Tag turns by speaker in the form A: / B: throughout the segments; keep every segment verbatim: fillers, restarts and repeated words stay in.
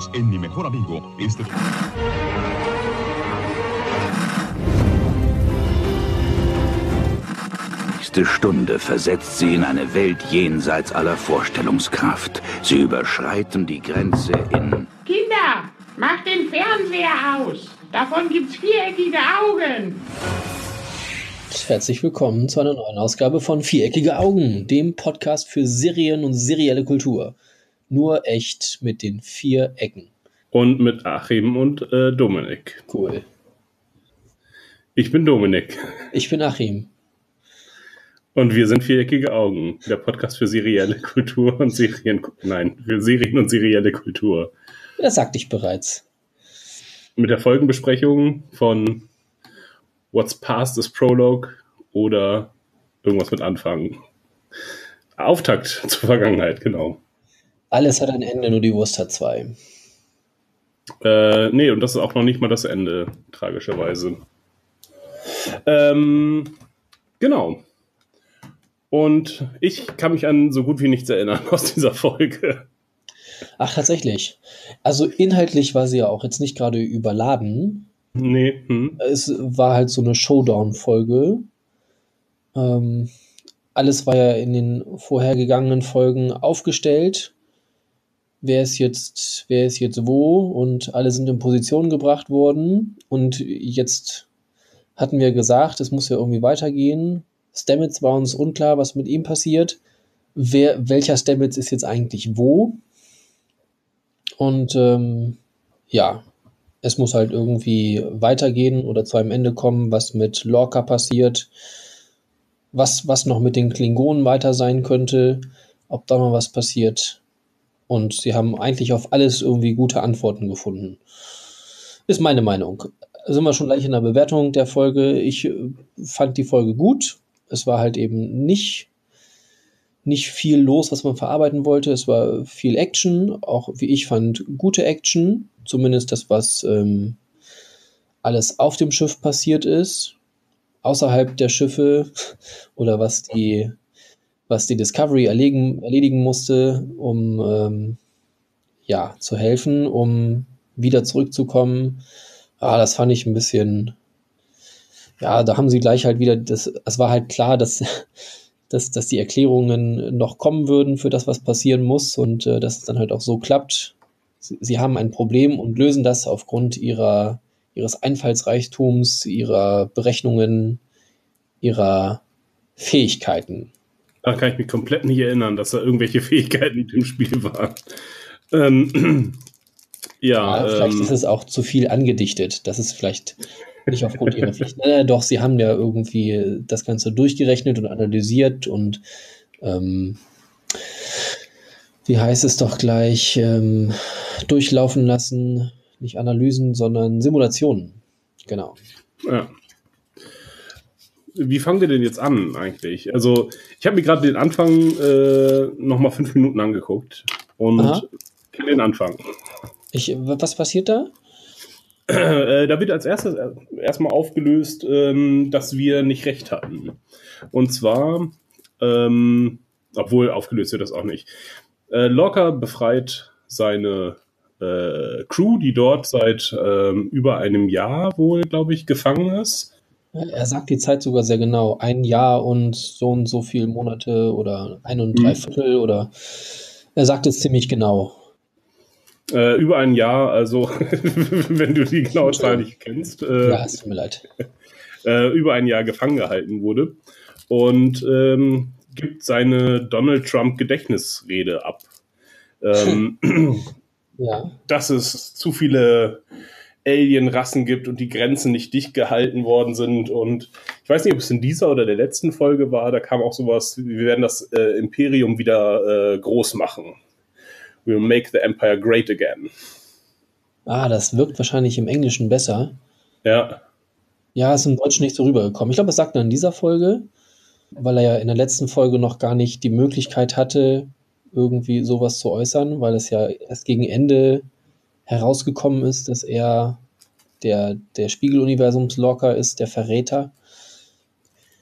A: Bienvenidos en Mi Mejor Amigo. Este...
B: Nächste Stunde versetzt sie in eine Welt jenseits aller Vorstellungskraft. Sie überschreiten die Grenze in...
C: Kinder, macht den Fernseher aus. Davon gibt's viereckige Augen.
D: Herzlich willkommen zu einer neuen Ausgabe von Viereckige Augen, dem Podcast für Serien und serielle Kultur. Nur echt mit den vier Ecken.
E: Und mit Achim und äh, Dominik.
D: Cool.
E: Ich bin Dominik.
D: Ich bin Achim.
E: Und wir sind Viereckige Augen, der Podcast für serielle Kultur und Serien... Nein, für Serien und serielle Kultur.
D: Das sagte ich bereits.
E: Mit der Folgenbesprechung von What's Past is Prologue oder irgendwas mit Anfang. Auftakt zur Vergangenheit, genau.
D: Alles hat ein Ende, nur die Wurst hat zwei.
E: Äh, nee, und das ist auch noch nicht mal das Ende, tragischerweise. Ähm, genau. Und ich kann mich an so gut wie nichts erinnern aus dieser Folge.
D: Ach, tatsächlich. Also inhaltlich war sie ja auch jetzt nicht gerade überladen.
E: Nee. Hm.
D: Es war halt so eine Showdown-Folge. Ähm, alles war ja in den vorhergegangenen Folgen aufgestellt. Wer ist jetzt, wer ist jetzt wo? Und alle sind in Position gebracht worden. Und jetzt hatten wir gesagt, es muss ja irgendwie weitergehen. Stamets war uns unklar, was mit ihm passiert. Wer, welcher Stamets ist jetzt eigentlich wo? Und ähm, ja, es muss halt irgendwie weitergehen oder zu einem Ende kommen, was mit Lorca passiert, was, was noch mit den Klingonen weiter sein könnte, ob da noch was passiert. Und sie haben eigentlich auf alles irgendwie gute Antworten gefunden. Ist meine Meinung. Sind wir schon gleich in der Bewertung der Folge. Ich fand die Folge gut. Es war halt eben nicht, nicht viel los, was man verarbeiten wollte. Es war viel Action, auch wie ich fand, gute Action. Zumindest das, was ähm, alles auf dem Schiff passiert ist. Außerhalb der Schiffe oder was die, was die Discovery erledigen, erledigen musste, um ähm, ja, zu helfen, um wieder zurückzukommen. Ah, das fand ich ein bisschen... Ja, da haben sie gleich halt wieder, das, es war halt klar, dass, dass, dass die Erklärungen noch kommen würden für das, was passieren muss und äh, dass es dann halt auch so klappt. Sie, sie haben ein Problem und lösen das aufgrund ihrer, ihres Einfallsreichtums, ihrer Berechnungen, ihrer Fähigkeiten.
E: Da kann ich mich komplett nicht erinnern, dass da irgendwelche Fähigkeiten im Spiel waren. Ähm, ja,
D: ja, vielleicht
E: ähm,
D: ist es auch zu viel angedichtet. Das ist vielleicht... Nicht aufgrund ihrer Pflichten. Äh, doch, sie haben ja irgendwie das Ganze durchgerechnet und analysiert und ähm, wie heißt es doch gleich, ähm, durchlaufen lassen, nicht Analysen, sondern Simulationen. Genau.
E: ja. Wie fangen wir denn jetzt an eigentlich? Also ich habe mir gerade den Anfang äh, nochmal fünf Minuten angeguckt und kenne den Anfang.
D: Ich, was passiert da?
E: Äh, da wird als erstes erstmal aufgelöst, ähm, dass wir nicht recht hatten. Und zwar, ähm, obwohl aufgelöst wird das auch nicht. Äh, Lorca befreit seine äh, Crew, die dort seit ähm, über einem Jahr wohl, glaube ich, gefangen ist.
D: Er sagt die Zeit sogar sehr genau. Ein Jahr und so und so viele Monate oder ein und drei Viertel mhm. oder er sagt es ziemlich genau.
E: Äh, über ein Jahr, also wenn du die genaue Zahl nicht kennst. Äh,
D: ja, es tut mir leid.
E: Äh, über ein Jahr gefangen gehalten wurde und ähm, gibt seine Donald Trump Gedächtnisrede ab. Ähm,
D: ja.
E: Dass es zu viele Alien-Rassen gibt und die Grenzen nicht dicht gehalten worden sind. Und ich weiß nicht, ob es in dieser oder der letzten Folge war, da kam auch sowas, wir werden das äh, Imperium wieder äh, groß machen. We'll make the Empire great again.
D: Ah, das wirkt wahrscheinlich im Englischen besser.
E: Ja.
D: Ja, ist im Deutschen nicht so rübergekommen. Ich glaube, das sagt er in dieser Folge, weil er ja in der letzten Folge noch gar nicht die Möglichkeit hatte, irgendwie sowas zu äußern, weil es ja erst gegen Ende herausgekommen ist, dass er der, der Spiegeluniversums-Lorca ist, der Verräter.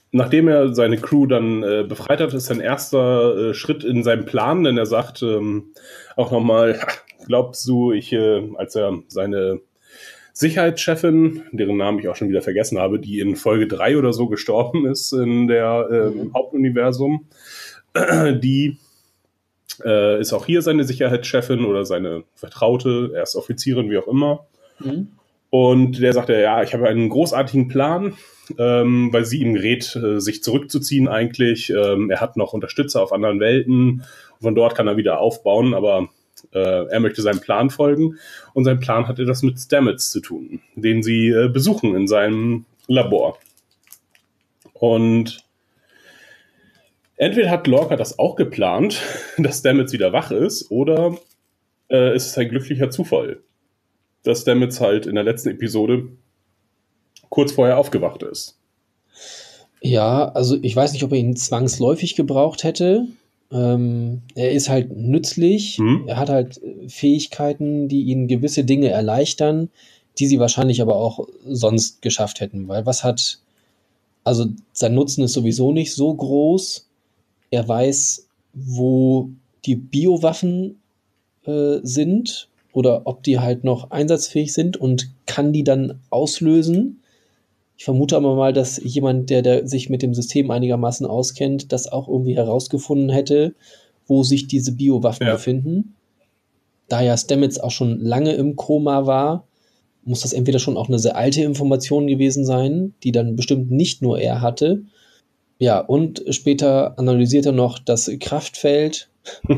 E: nachdem er seine Crew dann äh, befreit hat, ist sein erster äh, Schritt in seinem Plan, denn er sagt ähm, auch nochmal, glaubst du, ich, äh, als er seine Sicherheitschefin, deren Namen ich auch schon wieder vergessen habe, die in Folge drei oder so gestorben ist in der äh, mhm. Hauptuniversum, die äh, ist auch hier seine Sicherheitschefin oder seine Vertraute, er ist Offizierin, wie auch immer. Mhm. Und der sagte, ja, ich habe einen großartigen Plan, ähm, weil sie ihm rät, äh, sich zurückzuziehen eigentlich. Ähm, er hat noch Unterstützer auf anderen Welten. Von dort kann er wieder aufbauen, aber äh, er möchte seinem Plan folgen. Und sein Plan hat etwas mit Stamets zu tun, den sie äh, besuchen in seinem Labor. Und entweder hat Lorca das auch geplant, dass Stamets wieder wach ist, oder äh, es ist ein glücklicher Zufall, dass Stamets halt in der letzten Episode kurz vorher aufgewacht ist.
D: Ja, also ich weiß nicht, ob er ihn zwangsläufig gebraucht hätte. Ähm, er ist halt nützlich. Hm. Er hat halt Fähigkeiten, die ihn gewisse Dinge erleichtern, die sie wahrscheinlich aber auch sonst geschafft hätten. Weil was hat, also sein Nutzen ist sowieso nicht so groß. Er weiß, wo die Biowaffen äh, sind oder ob die halt noch einsatzfähig sind und kann die dann auslösen. Ich vermute aber mal, dass jemand, der, der sich mit dem System einigermaßen auskennt, das auch irgendwie herausgefunden hätte, wo sich diese Biowaffen ja. befinden. Da ja Stamets auch schon lange im Koma war, muss das entweder schon auch eine sehr alte Information gewesen sein, die dann bestimmt nicht nur er hatte. Ja, und später analysiert er noch das Kraftfeld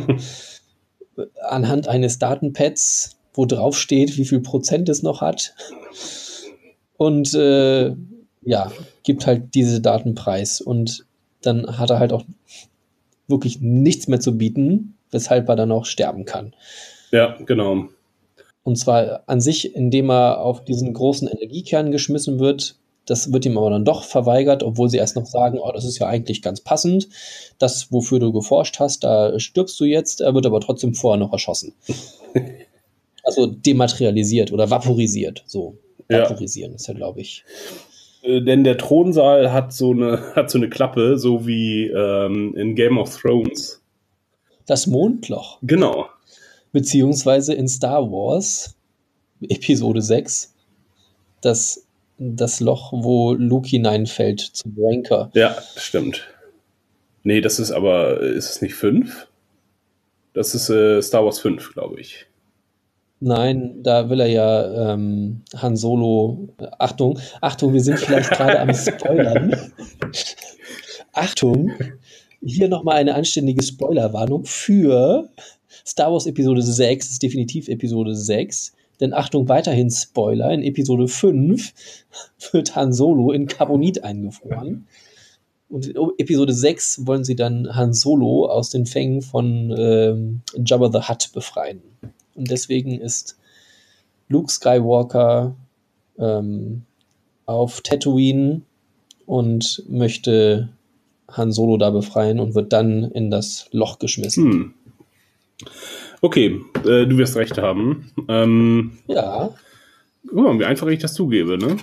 D: anhand eines Datenpads, wo drauf steht, wie viel Prozent es noch hat. Und äh, ja, gibt halt diese Daten preis. Und dann hat er halt auch wirklich nichts mehr zu bieten, weshalb er dann auch sterben kann.
E: Ja, genau.
D: Und zwar an sich, indem er auf diesen großen Energiekern geschmissen wird. Das wird ihm aber dann doch verweigert, obwohl sie erst noch sagen, oh, das ist ja eigentlich ganz passend. Das, wofür du geforscht hast, da stirbst du jetzt. Er wird aber trotzdem vorher noch erschossen. Also dematerialisiert oder vaporisiert. So, vaporisieren ja. ist ja, glaube ich.
E: Äh, denn der Thronsaal hat so eine, hat so eine Klappe, so wie ähm, in Game of Thrones.
D: Das Mondloch.
E: Genau.
D: Beziehungsweise in Star Wars, Episode sechs, das das Loch, wo Luke hineinfällt zum Rancor.
E: Ja, stimmt. Nee, das ist aber, ist es nicht fünf? Das ist äh, Star Wars fünf, glaube ich.
D: Nein, da will er ja ähm, Han Solo, äh, Achtung, Achtung, wir sind vielleicht gerade am Spoilern. Achtung, hier nochmal eine anständige Spoilerwarnung für Star Wars Episode sechs, das ist definitiv Episode sechs. Denn Achtung, weiterhin Spoiler, in Episode fünf wird Han Solo in Carbonit eingefroren. Und in Episode sechs wollen sie dann Han Solo aus den Fängen von ähm, Jabba the Hutt befreien. Und deswegen ist Luke Skywalker ähm, auf Tatooine und möchte Han Solo da befreien und wird dann in das Loch geschmissen.
E: Hm. Okay, äh, du wirst recht haben. Ähm,
D: ja.
E: Guck mal, wie einfach ich das zugebe, ne?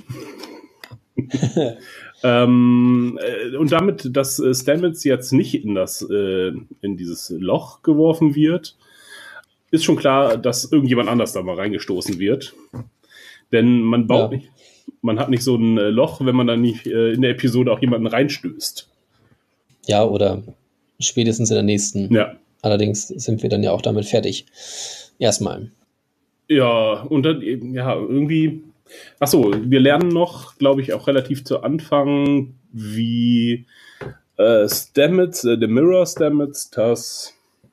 E: ähm, äh, und damit, dass äh, Stamets jetzt nicht in das äh, in dieses Loch geworfen wird, ist schon klar, dass irgendjemand anders da mal reingestoßen wird. Denn man baut ja. nicht, man hat nicht so ein äh, Loch, wenn man dann nicht äh, in der Episode auch jemanden reinstößt.
D: Ja, oder spätestens in der nächsten.
E: Ja.
D: Allerdings sind wir dann ja auch damit fertig. Erstmal.
E: Ja, und dann, ja, irgendwie. Achso, wir lernen noch, glaube ich, auch relativ zu Anfang, wie äh, Stamets, äh, der Mirror Stamets, das,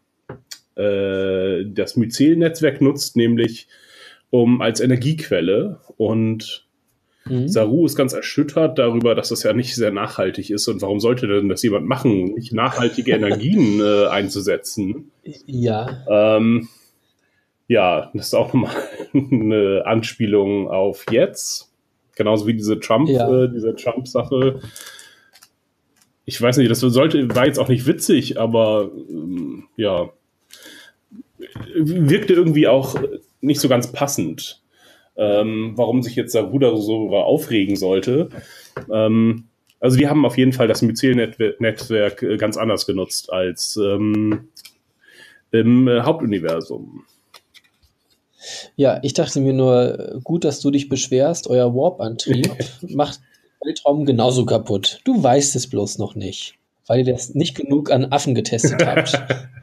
E: äh, das Myzel-Netzwerk nutzt, nämlich um als Energiequelle. Und Mhm. Saru ist ganz erschüttert darüber, dass das ja nicht sehr nachhaltig ist. Und warum sollte denn das jemand machen, nicht nachhaltige Energien äh, einzusetzen?
D: Ja.
E: Ähm, ja, das ist auch nochmal eine Anspielung auf jetzt. Genauso wie diese Trump, ja. äh, diese Trump-Sache. Ich weiß nicht, das sollte, war jetzt auch nicht witzig, aber ähm, ja, wirkte irgendwie auch nicht so ganz passend. Ähm, warum sich jetzt Saru da so aufregen sollte. Ähm, Also die haben auf jeden Fall das Myzel-Netzwerk äh, ganz anders genutzt als ähm, im äh, Hauptuniversum.
D: Ja, ich dachte mir nur, gut, dass du dich beschwerst, euer Warp-Antrieb macht den Weltraum genauso kaputt. Du weißt es bloß noch nicht, weil ihr das nicht genug an Affen getestet habt.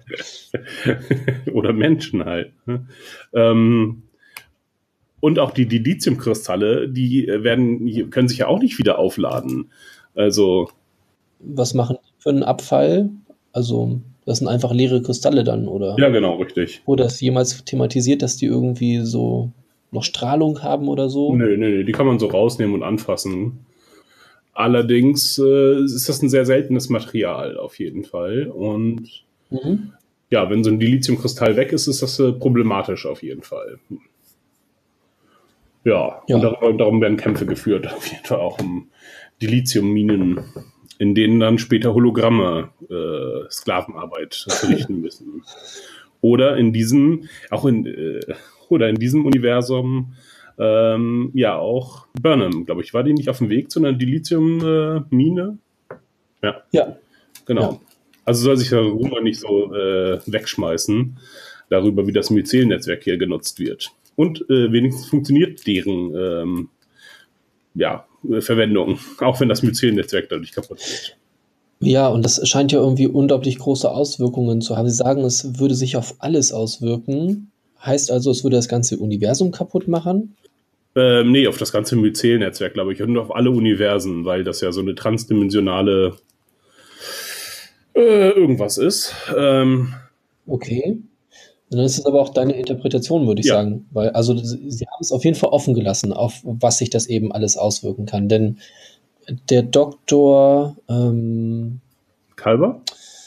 E: Oder Menschen halt. Ne? Ähm, und auch die Dilithium-Kristalle, die werden, können sich ja auch nicht wieder aufladen. Also.
D: Was machen die für einen Abfall? Also, das sind einfach leere Kristalle dann, oder?
E: Ja, genau, richtig.
D: Wurde das jemals thematisiert, dass die irgendwie so noch Strahlung haben oder so?
E: Nö, nö, nö, die kann man so rausnehmen und anfassen. Allerdings äh, ist das ein sehr seltenes Material auf jeden Fall. Und
D: Mhm.
E: ja, wenn so ein Dilithiumkristall weg ist, ist das äh, problematisch auf jeden Fall. Ja,
D: Ja.
E: und darum, darum werden Kämpfe geführt, auf jeden Fall auch um Dilithiumminen, in denen dann später Hologramme äh, Sklavenarbeit verrichten müssen. Oder in diesem, auch in, äh, oder in diesem Universum, ähm, ja, auch Burnham, glaube ich. War die nicht auf dem Weg zu einer Dilithium-Mine? Äh, ja.
D: Ja.
E: Genau.
D: Ja.
E: Also soll sich der Rumor nicht so äh, wegschmeißen, darüber, wie das Myzel-Netzwerk hier genutzt wird. Und äh, wenigstens funktioniert deren ähm, ja, Verwendung, auch wenn das Myzel-Netzwerk dadurch kaputt geht.
D: Ja, und das scheint ja irgendwie unglaublich große Auswirkungen zu haben. Sie sagen, es würde sich auf alles auswirken. Heißt also, es würde das ganze Universum kaputt machen?
E: Ähm, nee, auf das ganze Myzel-Netzwerk, glaube ich, und auf alle Universen, weil das ja so eine transdimensionale äh, irgendwas ist. Ähm,
D: Okay. Und dann ist es aber auch deine Interpretation, würde ich
E: Ja.
D: sagen. Weil, also, sie sie haben es auf jeden Fall offen gelassen, auf was sich das eben alles auswirken kann. Denn der Doktor, ähm,
E: Kalber?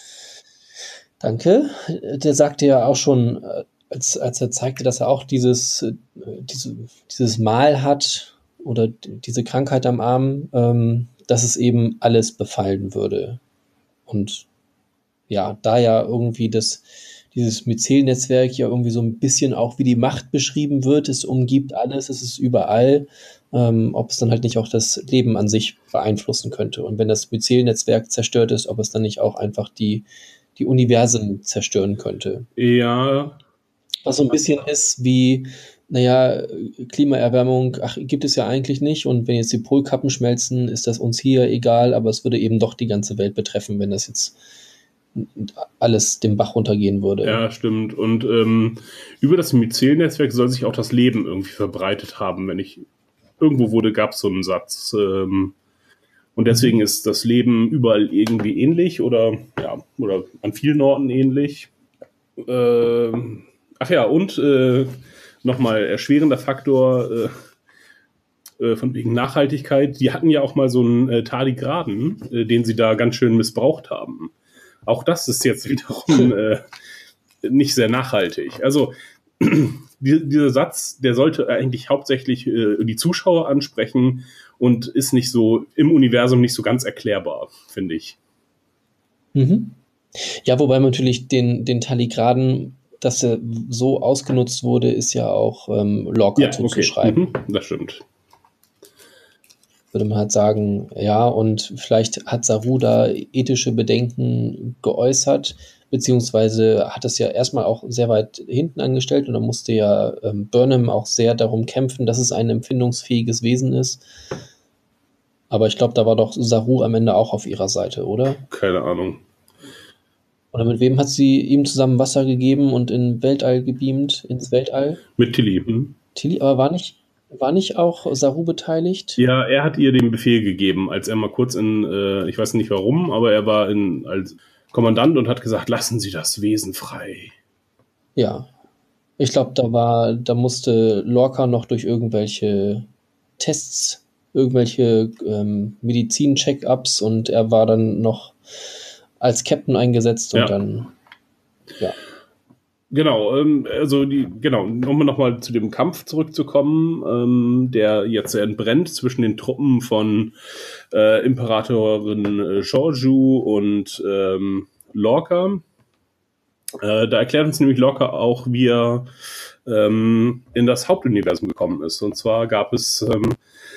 D: danke, der sagte ja auch schon, äh, als, als er zeigte, dass er auch dieses, äh, diese, dieses Mal hat oder d- diese Krankheit am Arm, ähm, dass es eben alles befallen würde. Und ja, da ja irgendwie das, dieses Myzel-Netzwerk ja irgendwie so ein bisschen auch wie die Macht beschrieben wird, es umgibt alles, es ist überall, ähm, ob es dann halt nicht auch das Leben an sich beeinflussen könnte. Und wenn das Myzel-Netzwerk zerstört ist, ob es dann nicht auch einfach die, die Universen zerstören könnte.
E: Ja,
D: Was so ein bisschen ist wie, naja, Klimaerwärmung, ach, gibt es ja eigentlich nicht. Und wenn jetzt die Polkappen schmelzen, ist das uns hier egal, aber es würde eben doch die ganze Welt betreffen, wenn das jetzt alles den Bach runtergehen würde.
E: ja, stimmt. Und ähm, über das Myzel-Netzwerk soll sich auch das Leben irgendwie verbreitet haben. Wenn ich irgendwo wurde, gab es so einen Satz. Ähm, und deswegen ist das Leben überall irgendwie ähnlich oder ja, oder an vielen Orten ähnlich. Ähm, ach ja, und äh, nochmal erschwerender Faktor äh, äh, von wegen Nachhaltigkeit. Die hatten ja auch mal so einen äh, Tardigraden, äh, den sie da ganz schön missbraucht haben. Auch das ist jetzt wiederum äh, nicht sehr nachhaltig. Also die, dieser Satz, der sollte eigentlich hauptsächlich äh, die Zuschauer ansprechen und ist nicht so im Universum nicht so ganz erklärbar, finde ich.
D: Mhm. Ja, wobei man natürlich den, den Talligraden, dass er so ausgenutzt wurde, ist ja auch ähm, Lorca
E: Ja, okay.
D: zuzuschreiben.
E: Mhm, das stimmt.
D: Würde man halt sagen, ja, und vielleicht hat Saru da ethische Bedenken geäußert, beziehungsweise hat es ja erstmal auch sehr weit hinten angestellt und dann musste ja ähm, Burnham auch sehr darum kämpfen, dass es ein empfindungsfähiges Wesen ist. Aber ich glaube, da war doch Saru am Ende auch auf ihrer Seite, oder?
E: Keine Ahnung.
D: Oder mit wem hat sie ihm zusammen Wasser gegeben und in Weltall gebeamt, ins Weltall?
E: Mit Tilly. Hm?
D: Tilly, aber war nicht, war nicht auch Saru beteiligt?
E: Ja, er hat ihr den Befehl gegeben, als er mal kurz in, äh, ich weiß nicht warum, aber er war in, als Kommandant und hat gesagt, lassen Sie das Wesen frei.
D: Ja. Ich glaube, da war, da musste Lorca noch durch irgendwelche Tests, irgendwelche ähm, Medizin-Check-ups und er war dann noch als Captain eingesetzt und
E: Ja.
D: dann, ja.
E: Genau, ähm, also die, genau, um nochmal zu dem Kampf zurückzukommen, ähm, der jetzt entbrennt zwischen den Truppen von äh, Imperatorin äh, Georgiou und ähm, Lorca. Äh, da erklärt uns nämlich Lorca auch, wie er ähm, in das Hauptuniversum gekommen ist. Und zwar gab es ähm,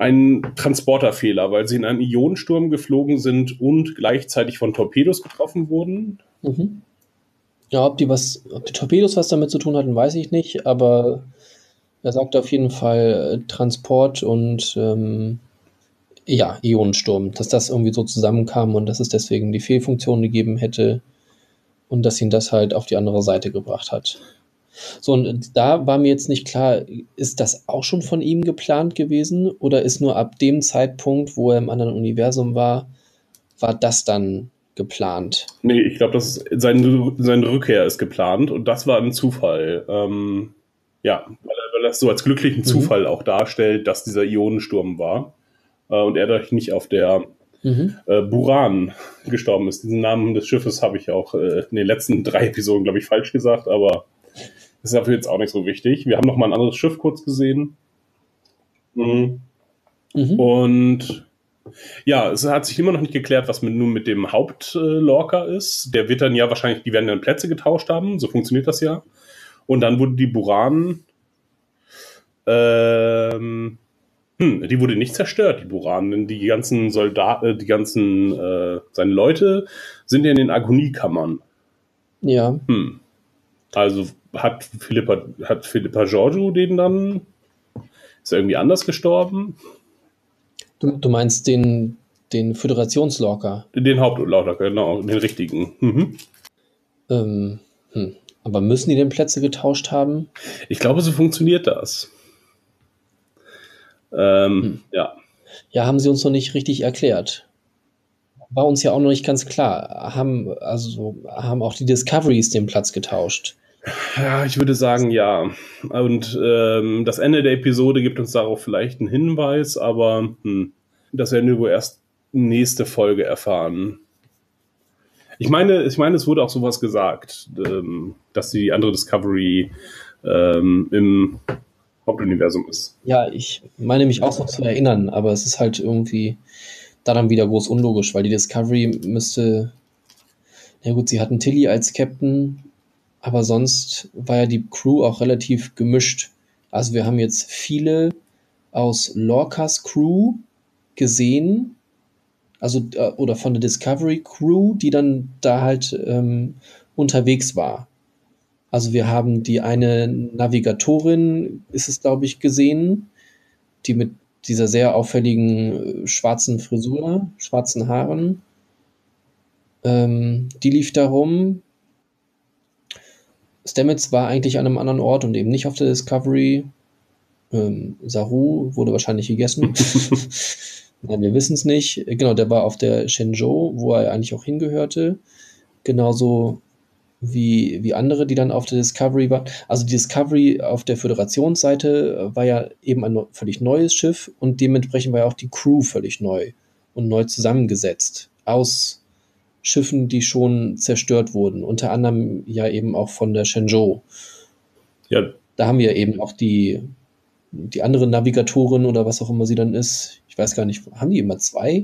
E: ein Transporterfehler, weil sie in einen Ionensturm geflogen sind und gleichzeitig von Torpedos getroffen wurden.
D: Mhm. Ja, ob die was, ob die Torpedos was damit zu tun hatten, weiß ich nicht, aber er sagt auf jeden Fall äh, Transport und ähm, ja, Ionensturm, dass das irgendwie so zusammenkam und dass es deswegen die Fehlfunktion gegeben hätte und dass ihn das halt auf die andere Seite gebracht hat. So, und da war mir jetzt nicht klar, ist das auch schon von ihm geplant gewesen oder ist nur ab dem Zeitpunkt, wo er im anderen Universum war, war das dann geplant?
E: Nee, ich glaube, das ist sein, seine Rückkehr ist geplant und das war ein Zufall. Ähm, ja, weil er, weil er das so als glücklichen Zufall auch darstellt, dass dieser Ionensturm war äh, und er dadurch nicht auf der
D: Mhm.
E: äh, Buran gestorben ist. Diesen Namen des Schiffes habe ich auch äh, in den letzten drei Episoden, glaube ich, falsch gesagt, aber das ist dafür jetzt auch nicht so wichtig. Wir haben noch mal ein anderes Schiff kurz gesehen. Mhm.
D: Mhm.
E: Und ja, es hat sich immer noch nicht geklärt, was mit, nun mit dem Hauptlorca ist. Der wird dann ja wahrscheinlich, die werden dann Plätze getauscht haben, so funktioniert das ja. Und dann wurde die Buran, ähm, hm, die wurde nicht zerstört, die Buran, denn die ganzen Soldaten, die ganzen, äh, seine Leute sind ja in den Agoniekammern.
D: Ja.
E: Hm. Also hat Philippa, hat Philippa Georgiou den dann, ist er irgendwie anders gestorben?
D: Du, du meinst den, den Föderationslorca?
E: Den Hauptlorca, genau, den richtigen. Mhm.
D: Ähm, hm. Aber müssen die denn Plätze getauscht haben?
E: Ich glaube, so funktioniert das. Ähm,
D: Hm.
E: Ja.
D: Ja, haben sie uns noch nicht richtig erklärt. War uns ja auch noch nicht ganz klar. Haben, also, haben auch die Discoveries den Platz getauscht?
E: Ja, ich würde sagen, ja. Und ähm, das Ende der Episode gibt uns darauf vielleicht einen Hinweis, aber hm, das werden wir wohl erst nächste Folge erfahren. Ich meine, ich meine, es wurde auch sowas gesagt, ähm, dass die andere Discovery ähm, im Hauptuniversum ist.
D: Ja, ich meine mich auch so zu erinnern, aber es ist halt irgendwie da dann wieder groß unlogisch, weil die Discovery müsste, na gut, sie hatten Tilly als Captain, aber sonst war ja die Crew auch relativ gemischt. Also wir haben jetzt viele aus Lorcas Crew gesehen, also äh, oder von der Discovery Crew, die dann da halt ähm, unterwegs war. Also wir haben die eine Navigatorin, ist es glaube ich, gesehen, die mit dieser sehr auffälligen äh, schwarzen Frisur, schwarzen Haaren, ähm, die lief da rum. Stamets war eigentlich an einem anderen Ort und eben nicht auf der Discovery. Ähm, Saru wurde wahrscheinlich gegessen. Nein, wir wissen es nicht. Genau, der war auf der Shenzhou, wo er eigentlich auch hingehörte. Genauso wie, wie andere, die dann auf der Discovery waren. Also die Discovery auf der Föderationsseite war ja eben ein völlig neues Schiff und dementsprechend war ja auch die Crew völlig neu und neu zusammengesetzt aus Schiffen, die schon zerstört wurden, unter anderem ja eben auch von der Shenzhou.
E: Ja,
D: Da haben wir eben auch die, die andere Navigatorin oder was auch immer sie dann ist. Ich weiß gar nicht, haben die immer zwei?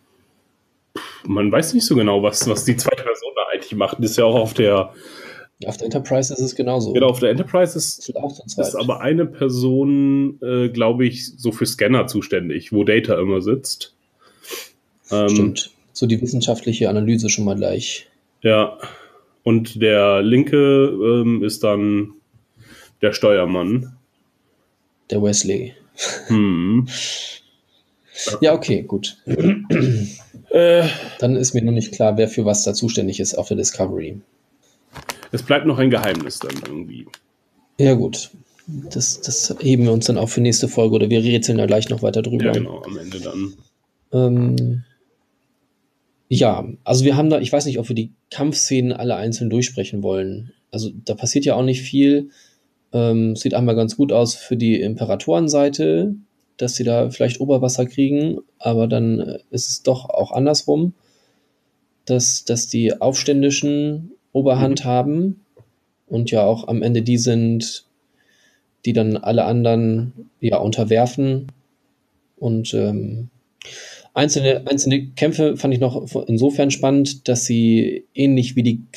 E: man weiß nicht so genau, was, was die zweite Person da eigentlich macht. Das ist ja auch auf der,
D: Auf der Enterprise ist es genauso.
E: genau, auf der Enterprise ist,
D: Sind auch zu zweit.
E: ist aber eine Person, äh, glaube ich, so für Scanner zuständig, wo Data immer sitzt. Ähm,
D: Stimmt. So die wissenschaftliche Analyse schon mal gleich.
E: Ja. Und der linke ähm, ist dann der Steuermann.
D: Der Wesley.
E: Hm.
D: Ja, okay, gut.
E: Äh,
D: Dann ist mir noch nicht klar, wer für was da zuständig ist auf der Discovery.
E: es bleibt noch ein Geheimnis dann irgendwie.
D: Ja, gut. Das, das heben wir uns dann auch für nächste Folge oder wir rätseln da gleich noch weiter drüber.
E: Ja, genau, am Ende dann.
D: Ähm, ja, also wir haben da, ich weiß nicht, ob wir die Kampfszenen alle einzeln durchsprechen wollen. Also da passiert ja auch nicht viel. Ähm, sieht einmal ganz gut aus für die Imperatorenseite, dass sie da vielleicht Oberwasser kriegen, aber dann äh, ist es doch auch andersrum, dass, dass die Aufständischen Oberhand haben und ja auch am Ende die sind, die dann alle anderen ja unterwerfen. Und ähm, einzelne, einzelne Kämpfe fand ich noch insofern spannend, dass sie ähnlich wie die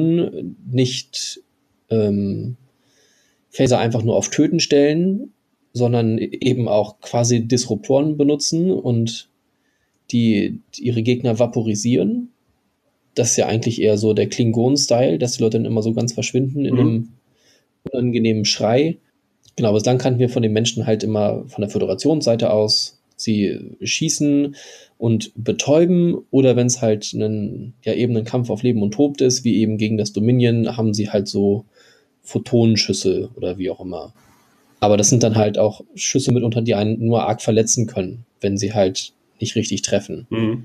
D: Klingonen nicht ähm, Phaser einfach nur auf Töten stellen, sondern eben auch quasi Disruptoren benutzen und die ihre Gegner vaporisieren. Das ist ja eigentlich eher so der Klingon-Style, dass die Leute dann immer so ganz verschwinden in
E: Mhm.
D: einem unangenehmen Schrei. Genau, aber dann kannten wir von den Menschen halt immer von der Föderationsseite aus, sie schießen und betäuben, oder wenn es halt einen, ja, eben ein Kampf auf Leben und Tod ist, wie eben gegen das Dominion, haben sie halt so Photonenschüsse oder wie auch immer. Aber das sind dann halt auch Schüsse mitunter, die einen nur arg verletzen können, wenn sie halt nicht richtig treffen.
E: Mhm.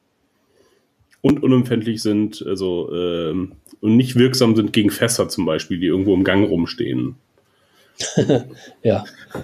E: Und unempfindlich sind, also ähm, und nicht wirksam sind gegen Fässer zum Beispiel, die irgendwo im Gang rumstehen.
D: Ja,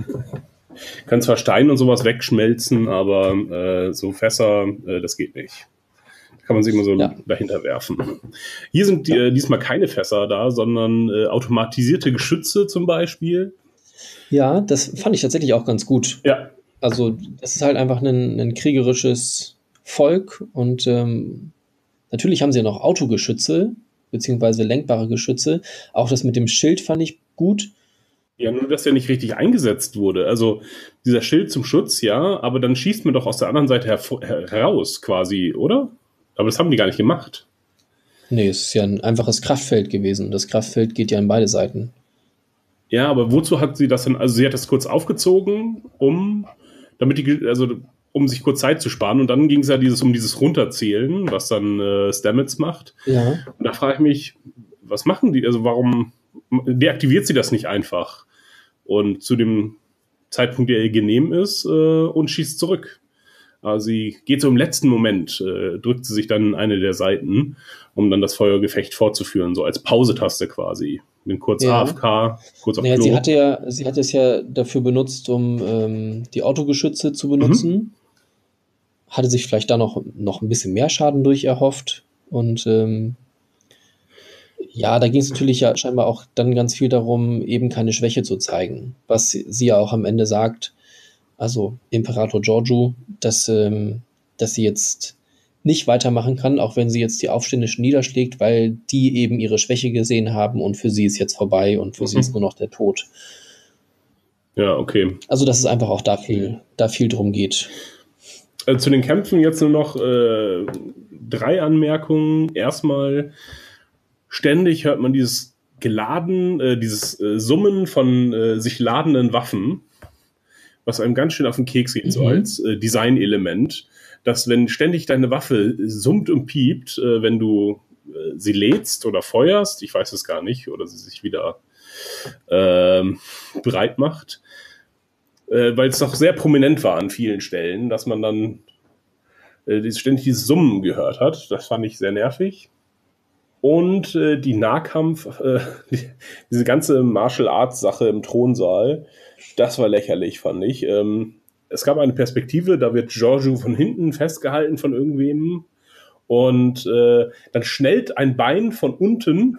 E: Kann zwar Stein und sowas wegschmelzen, aber äh, so Fässer, äh, das geht nicht. Da kann man sich immer so
D: Ja.
E: dahinter werfen. Hier sind die, äh, diesmal keine Fässer da, sondern äh, automatisierte Geschütze zum Beispiel.
D: ja, das fand ich tatsächlich auch ganz gut.
E: Ja,
D: Also das ist halt einfach ein, ein kriegerisches Volk und ähm, natürlich haben sie ja noch Autogeschütze, beziehungsweise lenkbare Geschütze. Auch das mit dem Schild fand ich gut.
E: ja, nur dass der nicht richtig eingesetzt wurde. Also dieser Schild zum Schutz, ja, aber dann schießt man doch aus der anderen Seite hervor- heraus quasi, oder? Aber das haben die gar nicht gemacht.
D: Nee, es ist ja ein einfaches Kraftfeld gewesen. Das Kraftfeld geht ja in beide Seiten.
E: Ja, aber wozu hat sie das denn? Also sie hat das kurz aufgezogen, um, damit die, also um sich kurz Zeit zu sparen. Und dann ging es ja dieses um dieses Runterzählen, was dann äh, Stamets macht.
D: Ja.
E: Und da frage ich mich, was machen die? Also warum deaktiviert sie das nicht einfach? Und zu dem Zeitpunkt, der ihr genehm ist, äh, und schießt zurück. Also sie geht so im letzten Moment, äh, drückt sie sich dann in eine der Seiten, um dann das Feuergefecht fortzuführen, so als Pausetaste quasi. Bin kurz
D: Ja.
E: A F K, kurz auf
D: Naja,
E: Klo.
D: sie hatte ja, sie hat es ja dafür benutzt, um ähm, die Autogeschütze zu benutzen. Hatte sich vielleicht da noch, noch ein bisschen mehr Schaden durch erhofft. Und ähm, ja, da ging es natürlich ja scheinbar auch dann ganz viel darum, eben keine Schwäche zu zeigen. Was sie, sie ja auch am Ende sagt, also Imperator Georgiou, dass, ähm, dass sie jetzt nicht weitermachen kann, auch wenn sie jetzt die Aufständischen niederschlägt, weil die eben ihre Schwäche gesehen haben und für sie ist jetzt vorbei und für sie
E: Mhm.
D: ist nur noch der Tod.
E: Ja, okay.
D: Also, dass es einfach auch da viel, da viel drum geht.
E: Äh, zu den Kämpfen jetzt nur noch äh, drei Anmerkungen. Erstmal, ständig hört man dieses geladen, äh, dieses äh, Summen von äh, sich ladenden Waffen, was einem ganz schön auf den Keks geht, so
D: Mhm.
E: als äh, Designelement, dass wenn ständig deine Waffe summt und piept, äh, wenn du äh, sie lädst oder feuerst, ich weiß es gar nicht, oder sie sich wieder ähm, bereit macht, äh, weil es doch sehr prominent war an vielen Stellen, dass man dann äh, ständig dieses Summen gehört hat. Das fand ich sehr nervig. Und äh, die Nahkampf, äh, die, diese ganze Martial Arts Sache im Thronsaal, das war lächerlich, fand ich. Ähm, es gab eine Perspektive, da wird Georgiou von hinten festgehalten von irgendwem und äh, dann schnellt ein Bein von unten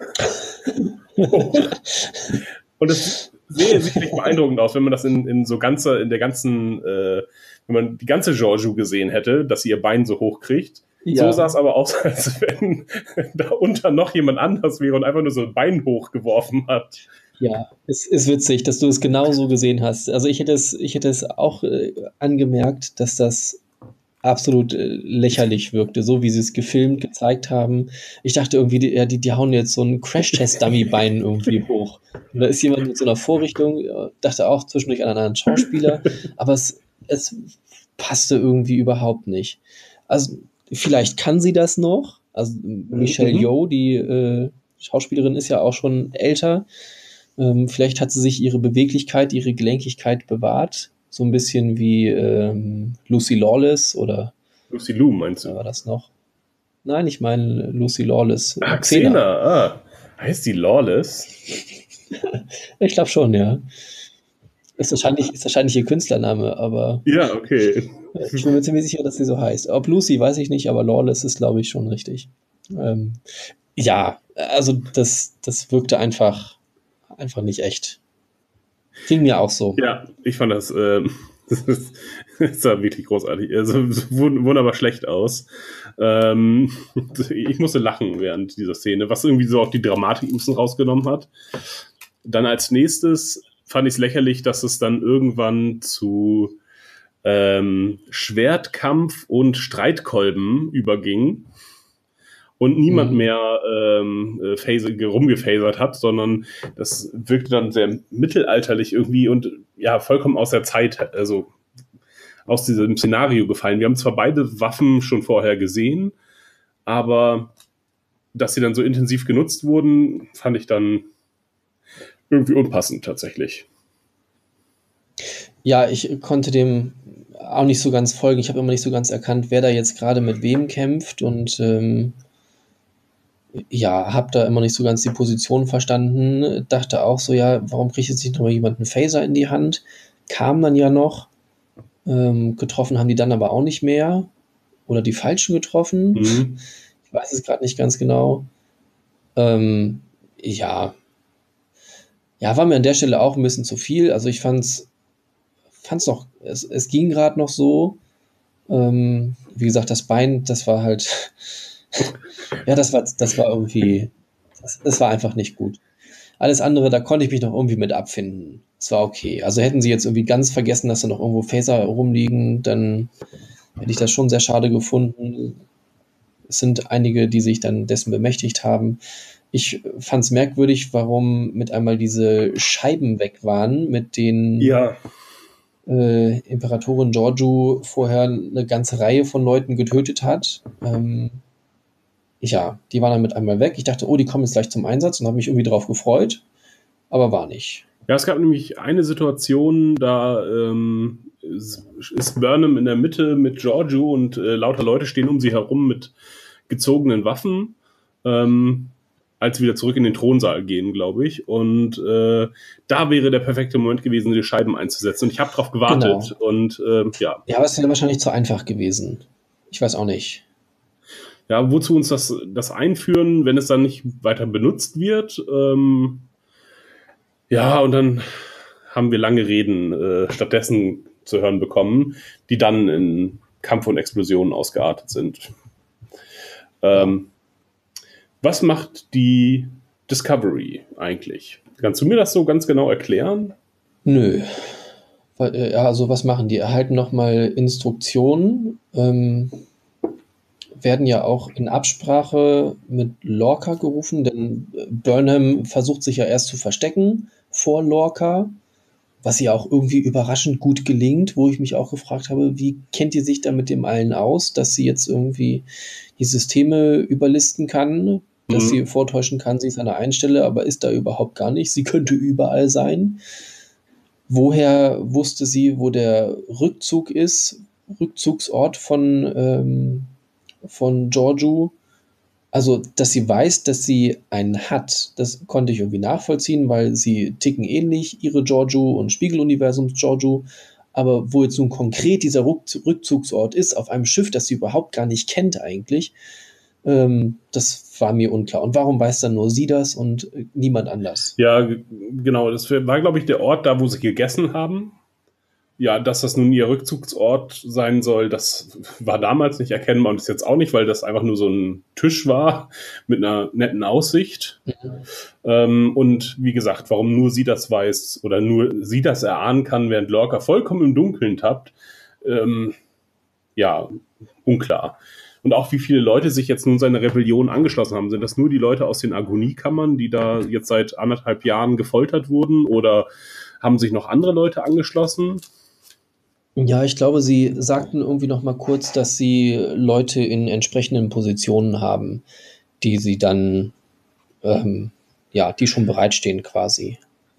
E: und es sehe sicherlich beeindruckend aus, wenn man das in, in so ganze, in der ganzen, äh, wenn man die ganze Georgiou gesehen hätte, dass sie ihr Bein so hoch kriegt.
D: Ja.
E: So sah es aber aus, als wenn da unter noch jemand anders wäre und einfach nur so ein Bein hochgeworfen hat.
D: Ja, es ist witzig, dass du es genau so gesehen hast. Also ich hätte es, ich hätte es auch äh, angemerkt, dass das absolut äh, lächerlich wirkte, so wie sie es gefilmt, gezeigt haben. Ich dachte irgendwie, die, ja, die, die hauen jetzt so ein Crash-Test-Dummy-Bein irgendwie hoch. Und da ist jemand mit so einer Vorrichtung, ja, dachte auch zwischendurch an einen anderen Schauspieler, aber es, es passte irgendwie überhaupt nicht. Also vielleicht kann sie das noch. Also Michelle
E: Mhm.
D: Yeoh, die äh, Schauspielerin, ist ja auch schon älter. Ähm, vielleicht hat sie sich ihre Beweglichkeit, ihre Gelenkigkeit bewahrt. So ein bisschen wie ähm, Lucy Lawless oder
E: Lucy Liu, meinst
D: wer
E: du?
D: war das noch? Nein, ich meine Lucy Lawless.
E: Ah, Xena. Ah, heißt die Lawless?
D: Ich glaube schon, ja. Ist wahrscheinlich, ist wahrscheinlich ihr Künstlername, aber
E: Ja, okay.
D: ich bin mir ziemlich sicher, dass sie so heißt. Ob Lucy, weiß ich nicht, aber Lawless ist, glaube ich, schon richtig. Ähm, ja, also das, das wirkte einfach, einfach nicht echt. Ging mir auch so.
E: Ja, ich fand das, ähm, das, ist, das sah wirklich großartig. Also wund- wunderbar schlecht aus. Ähm, ich musste lachen während dieser Szene, was irgendwie so auch die Dramatik ein bisschen rausgenommen hat. Dann als nächstes fand ich es lächerlich, dass es dann irgendwann zu ähm, Schwertkampf und Streitkolben überging und niemand
D: Mhm.
E: mehr ähm, äh, phase- rumgefasert hat, sondern das wirkte dann sehr mittelalterlich irgendwie und ja, vollkommen aus der Zeit, also aus diesem Szenario gefallen. Wir haben zwar beide Waffen schon vorher gesehen, aber dass sie dann so intensiv genutzt wurden, fand ich dann irgendwie unpassend tatsächlich.
D: Ja, ich konnte dem auch nicht so ganz folgen. Ich habe immer nicht so ganz erkannt, wer da jetzt gerade mit wem kämpft und ähm, ja, habe da immer nicht so ganz die Position verstanden. Dachte auch so, ja, warum kriegt jetzt nicht noch mal jemand einen Phaser in die Hand? Kam dann ja noch. Ähm, getroffen haben die dann aber auch nicht mehr. Oder die Falschen getroffen.
E: Mhm.
D: Ich weiß es gerade nicht ganz genau. Ähm, ja. Ja, war mir an der Stelle auch ein bisschen zu viel. Also ich fand's, fand's noch, es, es ging gerade noch so. Ähm, wie gesagt, das Bein, das war halt, ja, das war, das war irgendwie, das, das war einfach nicht gut. Alles andere, da konnte ich mich noch irgendwie mit abfinden. Es war okay. Also hätten sie jetzt irgendwie ganz vergessen, dass da noch irgendwo Phaser rumliegen, dann hätte ich das schon sehr schade gefunden. Es sind einige, die sich dann dessen bemächtigt haben. Ich fand es merkwürdig, warum mit einmal diese Scheiben weg waren, mit denen
E: Ja,
D: äh, Imperatorin Giorgio vorher eine ganze Reihe von Leuten getötet hat. Ähm, ja, die waren dann mit einmal weg. Ich dachte, oh, die kommen jetzt gleich zum Einsatz und habe mich irgendwie drauf gefreut, aber war nicht.
E: ja, es gab nämlich eine Situation, da ähm, ist ist Burnham in der Mitte mit Giorgio und äh, lauter Leute stehen um sie herum mit gezogenen Waffen, ähm, als sie wieder zurück in den Thronsaal gehen, glaube ich. Und äh, da wäre der perfekte Moment gewesen, die Scheiben einzusetzen. Und ich habe drauf gewartet.
D: Genau.
E: Und äh, ja,
D: Ja, aber es wäre wahrscheinlich zu einfach gewesen. Ich weiß auch nicht.
E: ja, wozu uns das, das einführen, wenn es dann nicht weiter benutzt wird? Ähm, ja, und dann haben wir lange Reden äh, stattdessen zu hören bekommen, die dann in Kampf und Explosionen ausgeartet sind. Ähm, was macht die Discovery eigentlich? Kannst du mir das so ganz genau erklären?
D: Nö. Weil, äh, ja, also was machen die? Erhalten nochmal Instruktionen, ähm, werden ja auch in Absprache mit Lorca gerufen, denn äh, Burnham versucht sich ja erst zu verstecken vor Lorca, was ihr auch irgendwie überraschend gut gelingt, wo ich mich auch gefragt habe, wie kennt ihr sich da mit dem allen aus, dass sie jetzt irgendwie die Systeme überlisten kann, dass
E: Mhm.
D: sie vortäuschen kann, sie ist an der einen Stelle, aber ist da überhaupt gar nicht. Sie könnte überall sein. Woher wusste sie, wo der Rückzug ist, Rückzugsort von, ähm, von Giorgio? Also, dass sie weiß, dass sie einen hat, das konnte ich irgendwie nachvollziehen, weil sie ticken ähnlich, ihre Giorgio und Spiegeluniversums Giorgio. Aber wo jetzt nun konkret dieser Rückz- Rückzugsort ist, auf einem Schiff, das sie überhaupt gar nicht kennt eigentlich, ähm, das war mir unklar. Und warum weiß dann nur sie das und äh, niemand anders?
E: Ja, g- genau. Das war, glaube ich, der Ort da, wo sie gegessen haben. Ja, dass das nun ihr Rückzugsort sein soll, das war damals nicht erkennbar und ist jetzt auch nicht, weil das einfach nur so ein Tisch war mit einer netten Aussicht. Ähm, und wie gesagt, warum nur sie das weiß oder nur sie das erahnen kann, während Lorca vollkommen im Dunkeln tappt, ähm, ja, unklar. Und auch wie viele Leute sich jetzt nun seiner Rebellion angeschlossen haben. Sind das nur die Leute aus den Agoniekammern, die da jetzt seit anderthalb Jahren gefoltert wurden? Oder haben sich noch andere Leute angeschlossen?
D: Ja, ich glaube, sie sagten irgendwie noch mal kurz, dass sie Leute in entsprechenden Positionen haben, die sie dann, ähm, ja, die schon bereitstehen quasi.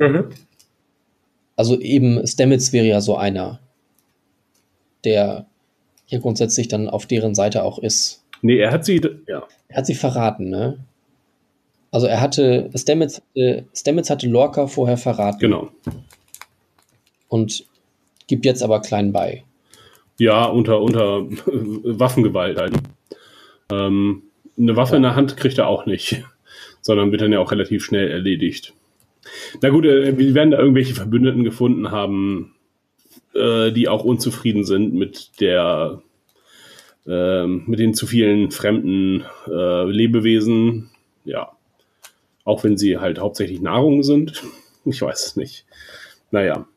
D: Also eben Stamets wäre ja so einer, der hier grundsätzlich dann auf deren Seite auch ist.
E: Nee, er hat sie, ja.
D: Er hat sie verraten, ne? Also er hatte, Stamets, äh, Stamets hatte Lorca vorher verraten.
E: Genau.
D: Und gibt jetzt aber klein bei.
E: Ja, unter, unter Waffengewalt halt. Ähm, eine Waffe
D: Ja.
E: in der Hand kriegt er auch nicht, sondern wird dann ja auch relativ schnell erledigt. Na gut, äh, wir werden da irgendwelche Verbündeten gefunden haben, äh, die auch unzufrieden sind mit der, äh, mit den zu vielen fremden äh, Lebewesen. Ja, auch wenn sie halt hauptsächlich Nahrung sind. Ich weiß es nicht. Naja.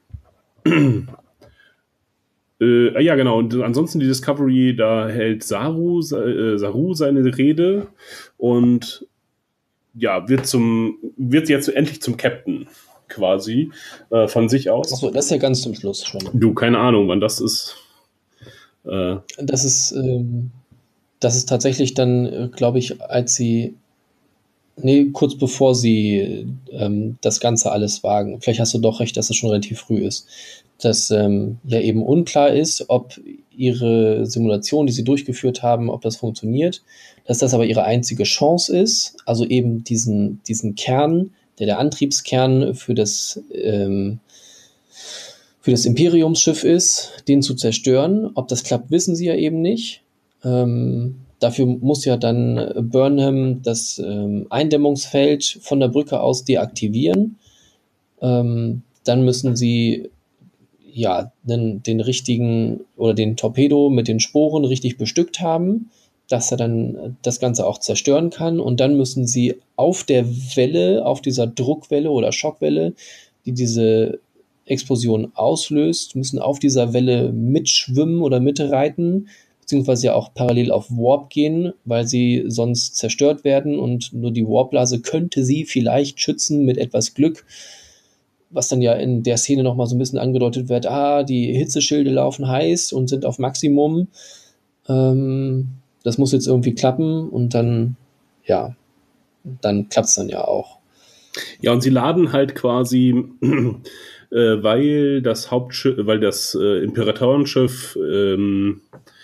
E: Äh, ja, genau. Und ansonsten die Discovery, da hält Saru, äh, Saru seine Rede und ja, wird zum, wird jetzt endlich zum Captain quasi äh, von sich aus.
D: Achso, das ist ja ganz zum Schluss schon.
E: Du, keine Ahnung, wann das ist. Äh,
D: Das ist, ähm, das ist tatsächlich dann, äh, glaube ich, als sie, nee, kurz bevor sie ähm, das Ganze alles wagen. Vielleicht hast du doch recht, dass es schon relativ früh ist. Dass ähm, ja eben unklar ist, ob ihre Simulation, die sie durchgeführt haben, ob das funktioniert. Dass das aber ihre einzige Chance ist, also eben diesen, diesen Kern, der der Antriebskern für das, ähm, für das Imperiumsschiff ist, den zu zerstören. Ob das klappt, wissen sie ja eben nicht. Ähm, dafür muss ja dann Burnham das ähm, Eindämmungsfeld von der Brücke aus deaktivieren. Ähm, dann müssen sie ja den, den richtigen oder den Torpedo mit den Sporen richtig bestückt haben, dass er dann das Ganze auch zerstören kann. Und dann müssen sie auf der Welle, auf dieser Druckwelle oder Schockwelle, die diese Explosion auslöst, müssen auf dieser Welle mitschwimmen oder mitreiten, beziehungsweise ja auch parallel auf Warp gehen, weil sie sonst zerstört werden und nur die Warpblase könnte sie vielleicht schützen mit etwas Glück, was dann ja in der Szene nochmal so ein bisschen angedeutet wird, ah, die Hitzeschilde laufen heiß und sind auf Maximum. Ähm, das muss jetzt irgendwie klappen und dann, ja, dann klappt es dann ja auch.
E: Ja, und sie laden halt quasi, äh, weil das Hauptschiff, weil das äh, Imperatorenschiff ähm,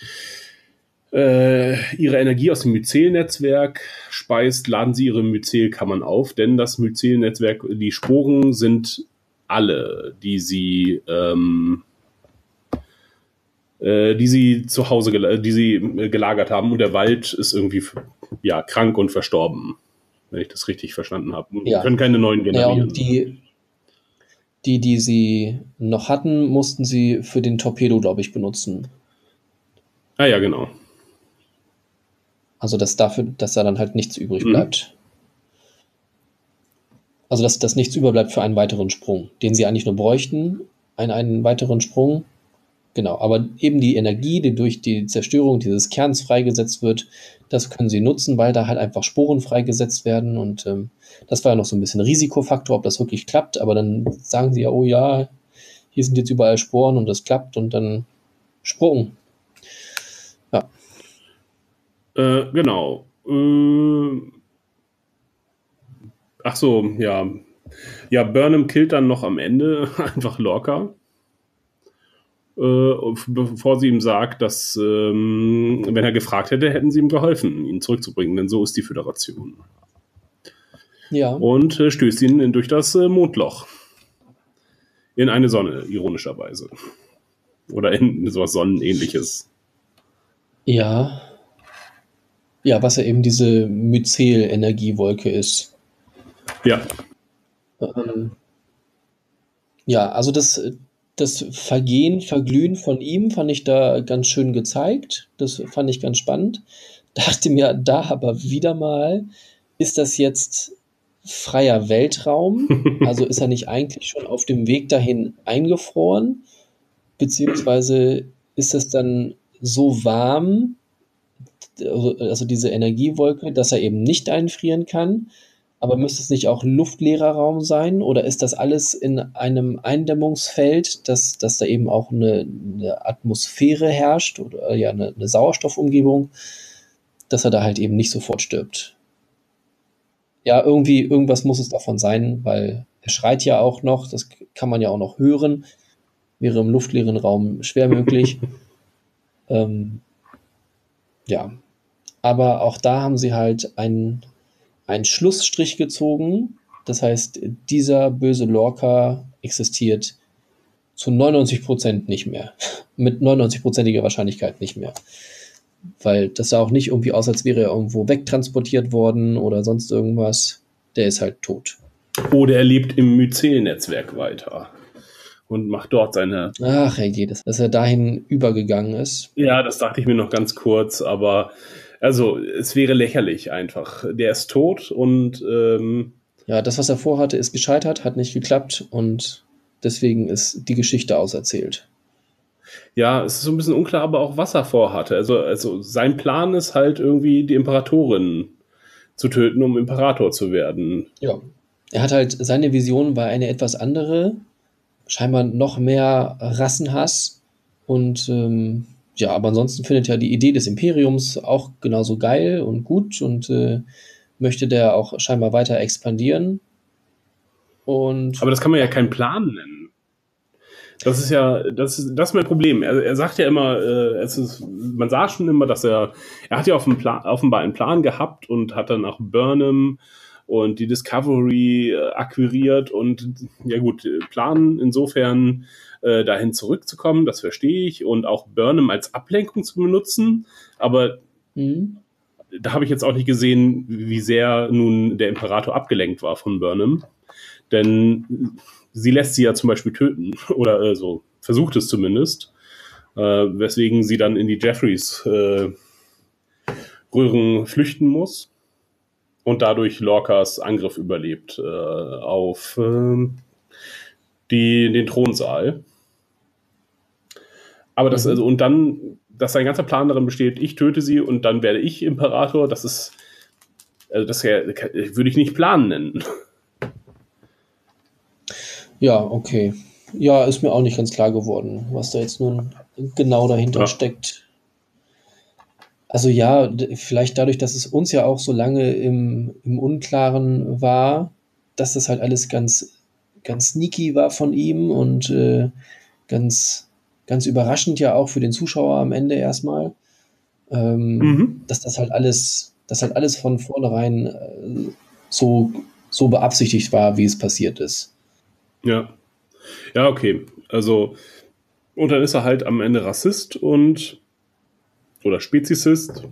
E: äh, ihre Energie aus dem Myzel-Netzwerk speist, laden sie ihre Myzel-Kammern auf, denn das Myzel-Netzwerk, die Sporen sind alle, die sie ähm, äh, die sie zu Hause, gel- die sie äh, gelagert haben, und der Wald ist irgendwie ja krank und verstorben, wenn ich das richtig verstanden habe.
D: Ja.
E: Können keine neuen
D: Ja,
E: generieren.
D: und die, die, die sie noch hatten, mussten sie für den Torpedo, glaube ich, benutzen.
E: Ah ja, genau.
D: Also dass dafür, dass da dann halt nichts übrig
E: Mhm.
D: bleibt. Also dass, dass nichts überbleibt für einen weiteren Sprung, den sie eigentlich nur bräuchten, einen, einen weiteren Sprung. Genau, aber eben die Energie, die durch die Zerstörung dieses Kerns freigesetzt wird, das können sie nutzen, weil da halt einfach Sporen freigesetzt werden. Und ähm, das war ja noch so ein bisschen Risikofaktor, ob das wirklich klappt. Aber dann sagen sie ja, oh ja, hier sind jetzt überall Sporen und das klappt und dann Sprung. Ja.
E: Äh, genau. Äh, ach so, ja. Ja, Burnham killt dann noch am Ende einfach Lorca. Äh, bevor sie ihm sagt, dass, ähm, wenn er gefragt hätte, hätten sie ihm geholfen, ihn zurückzubringen, denn so ist die Föderation.
D: Ja.
E: Und äh, stößt ihn in, durch das äh, Mondloch in eine Sonne, ironischerweise. Oder in sowas Sonnenähnliches.
D: Ja. Ja, was ja eben diese Myzel-Energiewolke ist.
E: Ja.
D: Ähm, ja, also das, das Vergehen, Verglühen von ihm fand ich da ganz schön gezeigt. Das fand ich ganz spannend. Dachte mir da aber wieder mal, ist das jetzt freier Weltraum? Also ist er nicht eigentlich schon auf dem Weg dahin eingefroren? Beziehungsweise ist es dann so warm, also diese Energiewolke, dass er eben nicht einfrieren kann? Aber müsste es nicht auch luftleerer Raum sein? Oder ist das alles in einem Eindämmungsfeld, dass, dass da eben auch eine, eine Atmosphäre herrscht oder ja eine, eine Sauerstoffumgebung, dass er da halt eben nicht sofort stirbt? Ja, irgendwie, irgendwas muss es davon sein, weil er schreit ja auch noch, das kann man ja auch noch hören. Wäre im luftleeren Raum schwer möglich. ähm, ja, aber auch da haben sie halt einen einen Schlussstrich gezogen. Das heißt, dieser böse Lorca existiert zu neunundneunzig Prozent nicht mehr. Mit neunundneunzig-prozentiger Wahrscheinlichkeit nicht mehr. Weil das sah auch nicht irgendwie aus, als wäre er irgendwo wegtransportiert worden oder sonst irgendwas. Der ist halt tot.
E: Oder er lebt im Myzel-Netzwerk weiter und macht dort seine...
D: Ach, herrje, dass er dahin übergegangen ist.
E: Ja, das dachte ich mir noch ganz kurz, aber also es wäre lächerlich einfach. Der ist tot und ähm,
D: Ja, das, was er vorhatte, ist gescheitert, hat nicht geklappt und deswegen ist die Geschichte auserzählt.
E: Ja, es ist so ein bisschen unklar, aber auch was er vorhatte. Also, also sein Plan ist halt irgendwie die Imperatorin zu töten, um Imperator zu werden.
D: Ja. Er hat halt, seine Vision war eine etwas andere, scheinbar noch mehr Rassenhass und ähm, ja, aber ansonsten findet er die Idee des Imperiums auch genauso geil und gut und äh, möchte der auch scheinbar weiter expandieren. Und
E: Aber das kann man ja keinen Plan nennen. Das ist ja, das ist, das ist mein Problem. Er, er sagt ja immer, äh, es ist, man sah schon immer, dass er, er hat ja auf dem Plan, offenbar einen Plan gehabt und hat dann nach Burnham und die Discovery äh, akquiriert und ja gut, Plan insofern äh, dahin zurückzukommen, das verstehe ich, und auch Burnham als Ablenkung zu benutzen, aber
D: mhm.
E: da habe ich jetzt auch nicht gesehen, wie sehr nun der Imperator abgelenkt war von Burnham, denn sie lässt sie ja zum Beispiel töten oder äh, so, versucht es zumindest, äh, weswegen sie dann in die Jeffreys äh, Röhren flüchten muss und dadurch Lorcas Angriff überlebt äh, auf äh, die, den Thronsaal. Aber das,
D: Mhm.
E: also, und dann, dass sein ganzer Plan darin besteht, ich töte sie und dann werde ich Imperator, das ist, also das ja, würde ich nicht Plan nennen.
D: Ja, okay. Ja, ist mir auch nicht ganz klar geworden, was da jetzt nun genau dahinter
E: Ja.
D: steckt. Also ja, d- vielleicht dadurch, dass es uns ja auch so lange im, im Unklaren war, dass das halt alles ganz, ganz sneaky war von ihm und äh, ganz, ganz überraschend ja auch für den Zuschauer am Ende erstmal, ähm,
E: Mhm.
D: dass das halt alles, dass halt alles von vornherein äh, so, so beabsichtigt war, wie es passiert ist.
E: Ja. Ja, okay. Also, und dann ist er halt am Ende Rassist und oder Spezisist.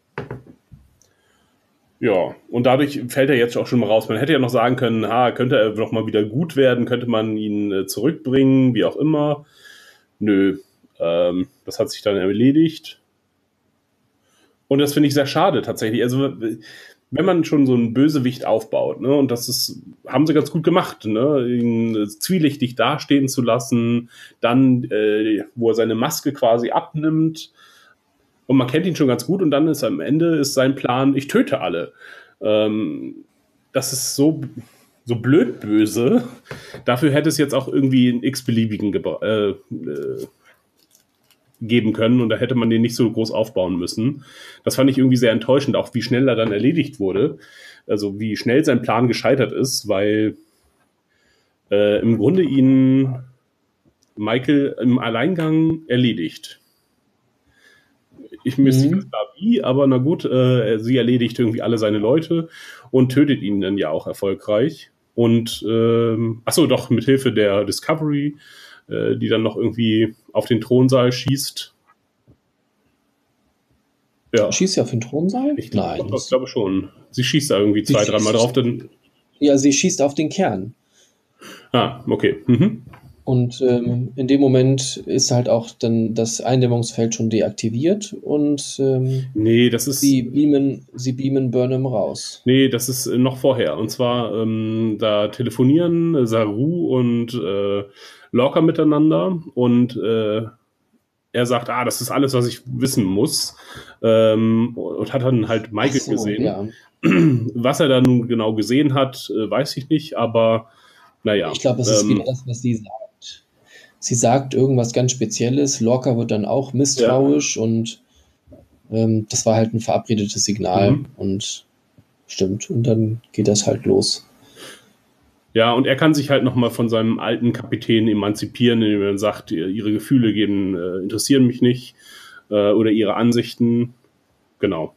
E: Ja, und dadurch fällt er jetzt auch schon mal raus. Man hätte ja noch sagen können, ha, könnte er noch mal wieder gut werden, könnte man ihn äh, zurückbringen, wie auch immer. Nö, ähm, das hat sich dann erledigt. Und das finde ich sehr schade tatsächlich. Also, wenn man schon so einen Bösewicht aufbaut, ne, und das ist, haben sie ganz gut gemacht, ne, ihn äh, zwielichtig dastehen zu lassen, dann, äh, wo er seine Maske quasi abnimmt, und man kennt ihn schon ganz gut, und dann ist am Ende ist sein Plan, ich töte alle. Ähm, das ist so, so blöd böse. Dafür hätte es jetzt auch irgendwie einen x-beliebigen gebra- äh, äh, geben können, und da hätte man den nicht so groß aufbauen müssen. Das fand ich irgendwie sehr enttäuschend, auch wie schnell er dann erledigt wurde. Also wie schnell sein Plan gescheitert ist, weil äh, im Grunde ihn Michael im Alleingang erledigt. Ich mir ist nicht
D: Mhm.
E: ganz klar wie, aber na gut, äh, sie erledigt irgendwie alle seine Leute und tötet ihn dann ja auch erfolgreich. Und ähm, achso, doch, mit Hilfe der Discovery, äh, die dann noch irgendwie auf den Thronsaal schießt. Ja,
D: Schießt sie auf den Thronsaal?
E: ich,
D: Nein.
E: ich glaube schon. Sie schießt da irgendwie
D: Sie
E: zwei, dreimal
D: schießt-
E: drauf. Dann,
D: Ja, sie schießt auf den Kern.
E: ah, okay. Mhm.
D: Und ähm, in dem Moment ist halt auch dann das Eindämmungsfeld schon deaktiviert und ähm,
E: Nee, das ist.
D: sie beamen, sie beamen Burnham raus.
E: Nee, das ist noch vorher. Und zwar, ähm, da telefonieren Saru und äh, Lorca miteinander, und äh, er sagt, ah, das ist alles, was ich wissen muss. Ähm, und hat dann halt Michael
D: Ach so,
E: gesehen.
D: ja.
E: Was er da nun genau gesehen hat, äh, weiß ich nicht, aber naja.
D: Ich glaube, es ist
E: ähm,
D: wieder das, was sie sagt. Sie sagt irgendwas ganz Spezielles. Lorca wird dann auch misstrauisch und ähm, das war halt ein verabredetes Signal
E: Mhm.
D: und stimmt. Und dann geht das halt los.
E: Ja, und er kann sich halt nochmal von seinem alten Kapitän emanzipieren, indem er dann sagt, ihre Gefühle geben, äh, interessieren mich nicht, äh, oder ihre Ansichten. Genau.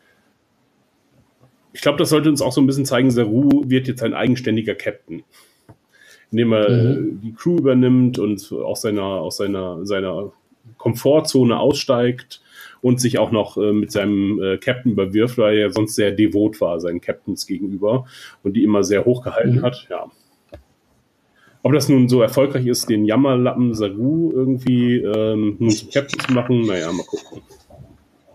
E: Ich glaube, das sollte uns auch so ein bisschen zeigen, Saru wird jetzt ein eigenständiger Captain. Indem er
D: Mhm.
E: äh, die Crew übernimmt und aus seiner, aus seiner, seiner Komfortzone aussteigt und sich auch noch äh, mit seinem äh, Captain überwirft, weil er sonst sehr devot war seinen Captains gegenüber und die immer sehr hoch gehalten
D: Mhm.
E: hat. Ja. Ob das nun so erfolgreich ist, den Jammerlappen Saru irgendwie ähm, nun zum Captain zu machen, naja, mal gucken.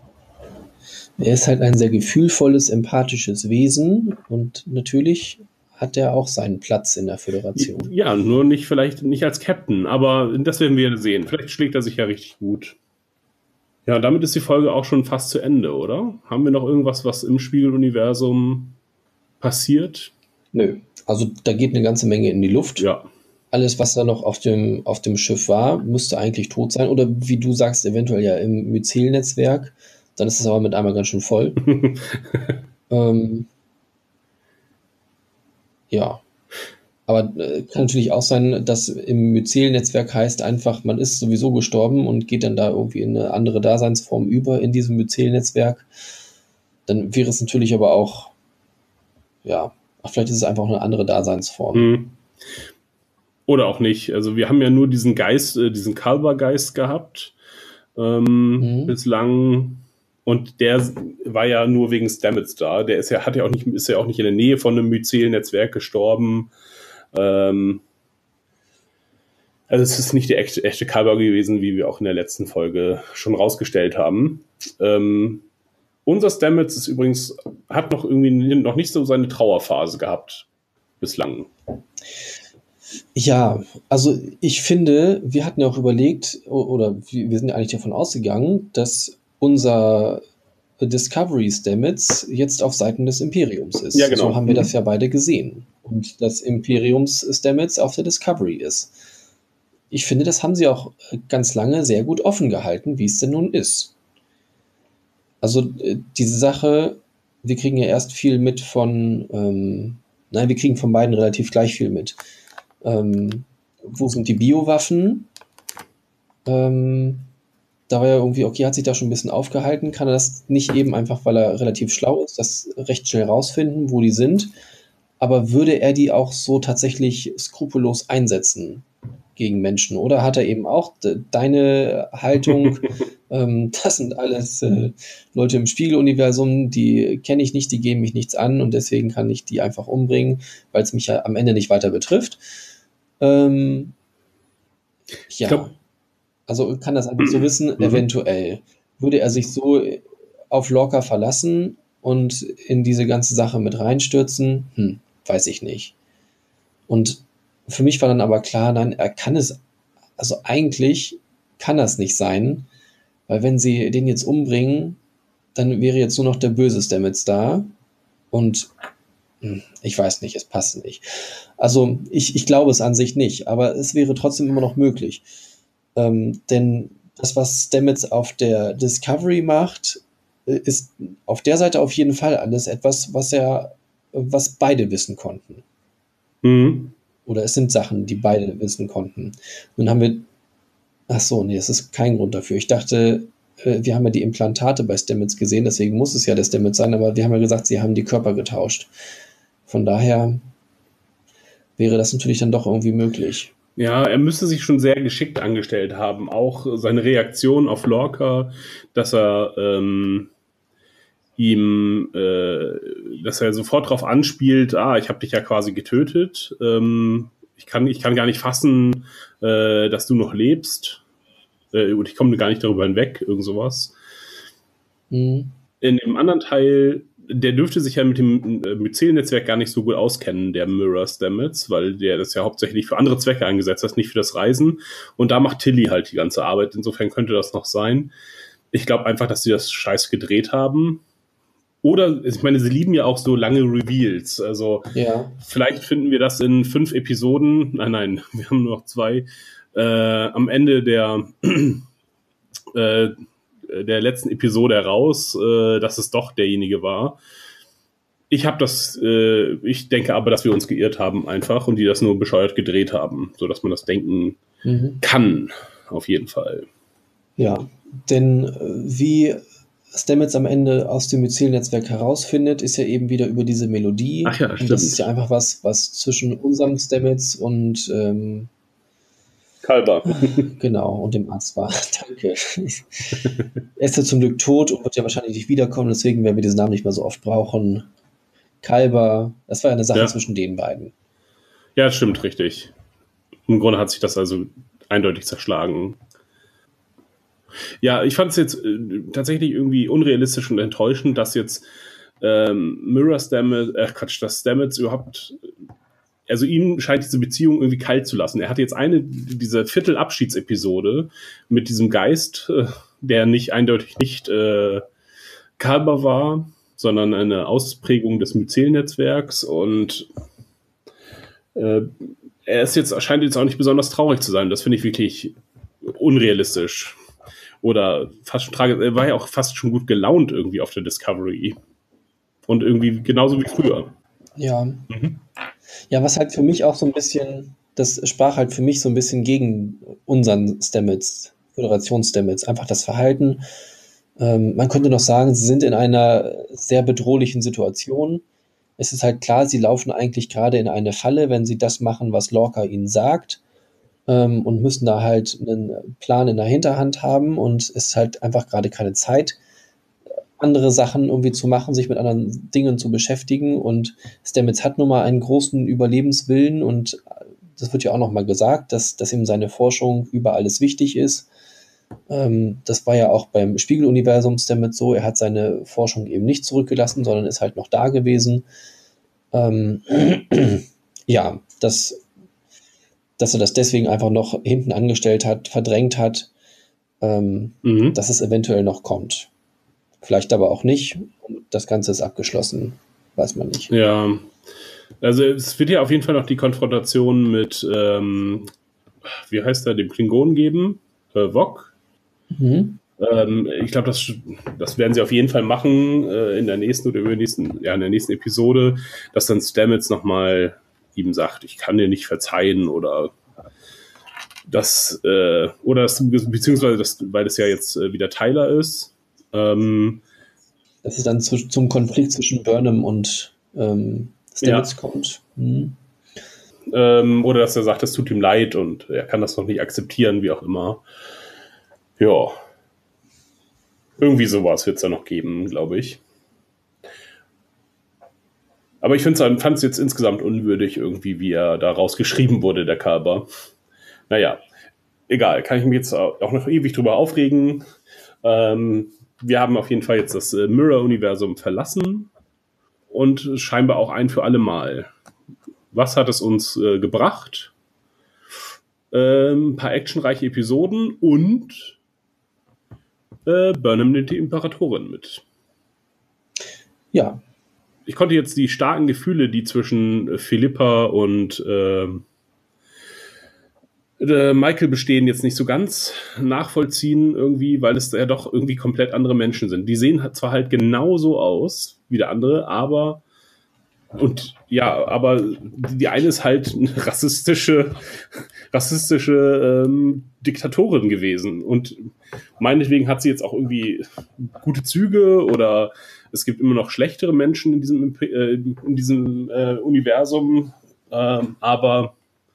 D: Er ist halt ein sehr gefühlvolles, empathisches Wesen und natürlich hat er auch seinen Platz in der Föderation.
E: Ja, nur nicht vielleicht nicht als Captain, aber das werden wir sehen. Vielleicht schlägt er sich ja richtig gut. Ja, damit ist die Folge auch schon fast zu Ende, oder? Haben wir noch irgendwas, was im Spiegeluniversum passiert?
D: Nö, also da geht eine ganze Menge in die Luft.
E: Ja.
D: Alles, was da noch auf dem, auf dem Schiff war, müsste eigentlich tot sein. Oder wie du sagst, eventuell ja im Myzel-Netzwerk. Dann ist es aber mit einmal ganz schön voll. ähm, ja. Aber äh, kann natürlich auch sein, dass im Myzel-Netzwerk heißt einfach, man ist sowieso gestorben und geht dann da irgendwie in eine andere Daseinsform über in diesem Myzel-Netzwerk. Dann wäre es natürlich aber auch, ja, ach, vielleicht ist es einfach eine andere Daseinsform.
E: Mhm. Oder auch nicht. Also wir haben ja nur diesen Geist, äh, diesen Kalber-Geist gehabt ähm, mhm. bislang. Und der war ja nur wegen Stamets da. Der ist ja, hat ja auch nicht, ist ja auch nicht in der Nähe von einem Myzel-Netzwerk gestorben. Ähm, also es ist nicht der echte, echte Kalber gewesen, wie wir auch in der letzten Folge schon rausgestellt haben. Ähm, unser Stamets ist übrigens, hat noch irgendwie noch nicht so seine Trauerphase gehabt bislang.
D: Ja, also ich finde, wir hatten ja auch überlegt, oder wir sind ja eigentlich davon ausgegangen, dass unser Discovery Stamets jetzt auf Seiten des Imperiums ist.
E: Ja, genau.
D: So haben wir das ja beide gesehen. Und das Imperiums Stamets auf der Discovery ist. Ich finde, das haben sie auch ganz lange sehr gut offen gehalten, wie es denn nun ist. Also diese Sache, wir kriegen ja erst viel mit von, ähm, nein, wir kriegen von beiden relativ gleich viel mit. Ähm, wo sind die Biowaffen? Ähm, da war ja irgendwie, okay, hat sich da schon ein bisschen aufgehalten, kann er das nicht eben einfach, weil er relativ schlau ist, das recht schnell rausfinden, wo die sind, aber würde er die auch so tatsächlich skrupellos einsetzen gegen Menschen? Oder hat er eben auch de- deine Haltung, ähm, das sind alles äh, Leute im Spiegeluniversum, die kenne ich nicht, die gehen mich nichts an und deswegen kann ich die einfach umbringen, weil es mich ja am Ende nicht weiter betrifft. Ähm, ja,
E: Ich glaub,
D: also kann das einfach so wissen,
E: Mhm.
D: eventuell. Würde er sich so auf Lorca verlassen und in diese ganze Sache mit reinstürzen? Hm, weiß ich nicht. Und für mich war dann aber klar, nein, er kann es, also eigentlich kann das nicht sein, weil wenn sie den jetzt umbringen, dann wäre jetzt nur noch der böse Stamets da und hm, ich weiß nicht, es passt nicht. Also ich, ich glaube es an sich nicht, aber es wäre trotzdem immer noch möglich. Ähm, denn das, was Stamets auf der Discovery macht, äh, ist auf der Seite auf jeden Fall alles etwas, was er, was beide wissen konnten.
E: Mhm.
D: Oder es sind Sachen, die beide wissen konnten. Nun haben wir, ach so, nee, es ist kein Grund dafür. Ich dachte, äh, wir haben ja die Implantate bei Stamets gesehen, deswegen muss es ja der Stamets sein, aber wir haben ja gesagt, sie haben die Körper getauscht. Von daher wäre das natürlich dann doch irgendwie möglich.
E: Ja, er müsste sich schon sehr geschickt angestellt haben. Auch seine Reaktion auf Lorca, dass er ähm, ihm, äh, dass er sofort darauf anspielt, ah, ich habe dich ja quasi getötet. Ähm, ich kann, ich kann gar nicht fassen, äh, dass du noch lebst. Äh, und ich komme gar nicht darüber hinweg, irgend sowas.
D: Mhm.
E: In dem anderen Teil, der dürfte sich ja mit dem äh, Myzel-Netzwerk gar nicht so gut auskennen, der Mirror Stamets, weil der das ja hauptsächlich für andere Zwecke eingesetzt hat, nicht für das Reisen. Und da macht Tilly halt die ganze Arbeit. Insofern könnte das noch sein. Ich glaube einfach, dass sie das scheiß gedreht haben. Oder, ich meine, sie lieben ja auch so lange Reveals. Also
D: Ja.
E: vielleicht finden wir das in fünf Episoden. Nein, nein, wir haben nur noch zwei. Äh, am Ende der äh, der letzten Episode heraus, äh, dass es doch derjenige war. Ich habe das, äh, ich denke aber, dass wir uns geirrt haben einfach und die das nur bescheuert gedreht haben, sodass man das denken
D: Mhm.
E: kann, auf jeden Fall.
D: Ja, denn äh, wie Stamets am Ende aus dem Myzel-Netzwerk herausfindet, ist ja eben wieder über diese Melodie.
E: Ach ja,
D: und
E: stimmt.
D: das ist ja einfach was, was zwischen unserem Stamets und ähm,
E: Kalber.
D: genau, und dem Arzt war. Danke. Er ist ja zum Glück tot und wird ja wahrscheinlich nicht wiederkommen, deswegen werden wir diesen Namen nicht mehr so oft brauchen. Kalber, das war ja eine Sache
E: Ja.
D: zwischen den beiden.
E: Ja, das stimmt, richtig. Im Grunde hat sich das also eindeutig zerschlagen. Ja, ich fand es jetzt äh, tatsächlich irgendwie unrealistisch und enttäuschend, dass jetzt ähm, Mirror Stamets, äh, Quatsch, dass Stamets überhaupt, also ihn scheint diese Beziehung irgendwie kalt zu lassen. Er hatte jetzt eine, diese Viertel-Abschiedsepisode mit diesem Geist, äh, der nicht eindeutig nicht äh, Kalber war, sondern eine Ausprägung des Myzel-Netzwerks und äh, er ist jetzt, scheint jetzt auch nicht besonders traurig zu sein. Das finde ich wirklich unrealistisch. Oder fast schon tragisch. Er war ja auch fast schon gut gelaunt irgendwie auf der Discovery. Und irgendwie genauso wie früher.
D: Ja. Mhm. Ja, was halt für mich auch so ein bisschen, das sprach halt für mich so ein bisschen gegen unseren Stamets, Föderations-Stamets. Einfach das Verhalten. Ähm, man könnte noch sagen, sie sind in einer sehr bedrohlichen Situation. Es ist halt klar, sie laufen eigentlich gerade in eine Falle, wenn sie das machen, was Lorca ihnen sagt, ähm, und müssen da halt einen Plan in der Hinterhand haben und es ist halt einfach gerade keine Zeit, andere Sachen irgendwie zu machen, sich mit anderen Dingen zu beschäftigen und Stamets hat nun mal einen großen Überlebenswillen und das wird ja auch noch mal gesagt, dass, dass ihm seine Forschung über alles wichtig ist. Ähm, das war ja auch beim Spiegeluniversum Stamets so, er hat seine Forschung eben nicht zurückgelassen, sondern ist halt noch da gewesen. Ähm, ja, dass, dass er das deswegen einfach noch hinten angestellt hat, verdrängt hat, ähm, mhm. dass es eventuell noch kommt. Vielleicht aber auch nicht. Das Ganze ist abgeschlossen. Weiß man nicht.
E: Ja, also es wird ja auf jeden Fall noch die Konfrontation mit, ähm, wie heißt er, dem Klingonen geben, äh, Vok. Mhm. Ähm, ich glaube, das, das werden sie auf jeden Fall machen äh, in der nächsten oder übernächsten, ja, in der nächsten Episode, dass dann Stamets nochmal ihm sagt, ich kann dir nicht verzeihen oder das, äh, oder das, beziehungsweise das, weil das ja jetzt äh, wieder Tyler ist. Ähm,
D: dass es dann zu, zum Konflikt zwischen Burnham und ähm, Stamets ja. kommt. Mhm.
E: Ähm, oder dass er sagt, es tut ihm leid und er kann das noch nicht akzeptieren, wie auch immer. Ja. Irgendwie sowas wird es da noch geben, glaube ich. Aber ich fand es jetzt insgesamt unwürdig, irgendwie, wie er da rausgeschrieben wurde, der Kalber. Naja, egal, kann ich mich jetzt auch noch ewig drüber aufregen. Ähm, wir haben auf jeden Fall jetzt das äh, Mirror-Universum verlassen und scheinbar auch ein für alle Mal. Was hat es uns äh, gebracht? Ähm, ein paar actionreiche Episoden und äh, Burnham nimmt die Imperatorin mit.
D: Ja.
E: Ich konnte jetzt die starken Gefühle, die zwischen Philippa und äh, Michael bestehen, jetzt nicht so ganz nachvollziehen irgendwie, weil es ja doch irgendwie komplett andere Menschen sind. Die sehen zwar halt genauso aus wie der andere, aber und ja, aber die eine ist halt eine rassistische, rassistische ähm, Diktatorin gewesen und meinetwegen hat sie jetzt auch irgendwie gute Züge oder es gibt immer noch schlechtere Menschen in diesem, äh, in diesem äh, Universum, ähm, aber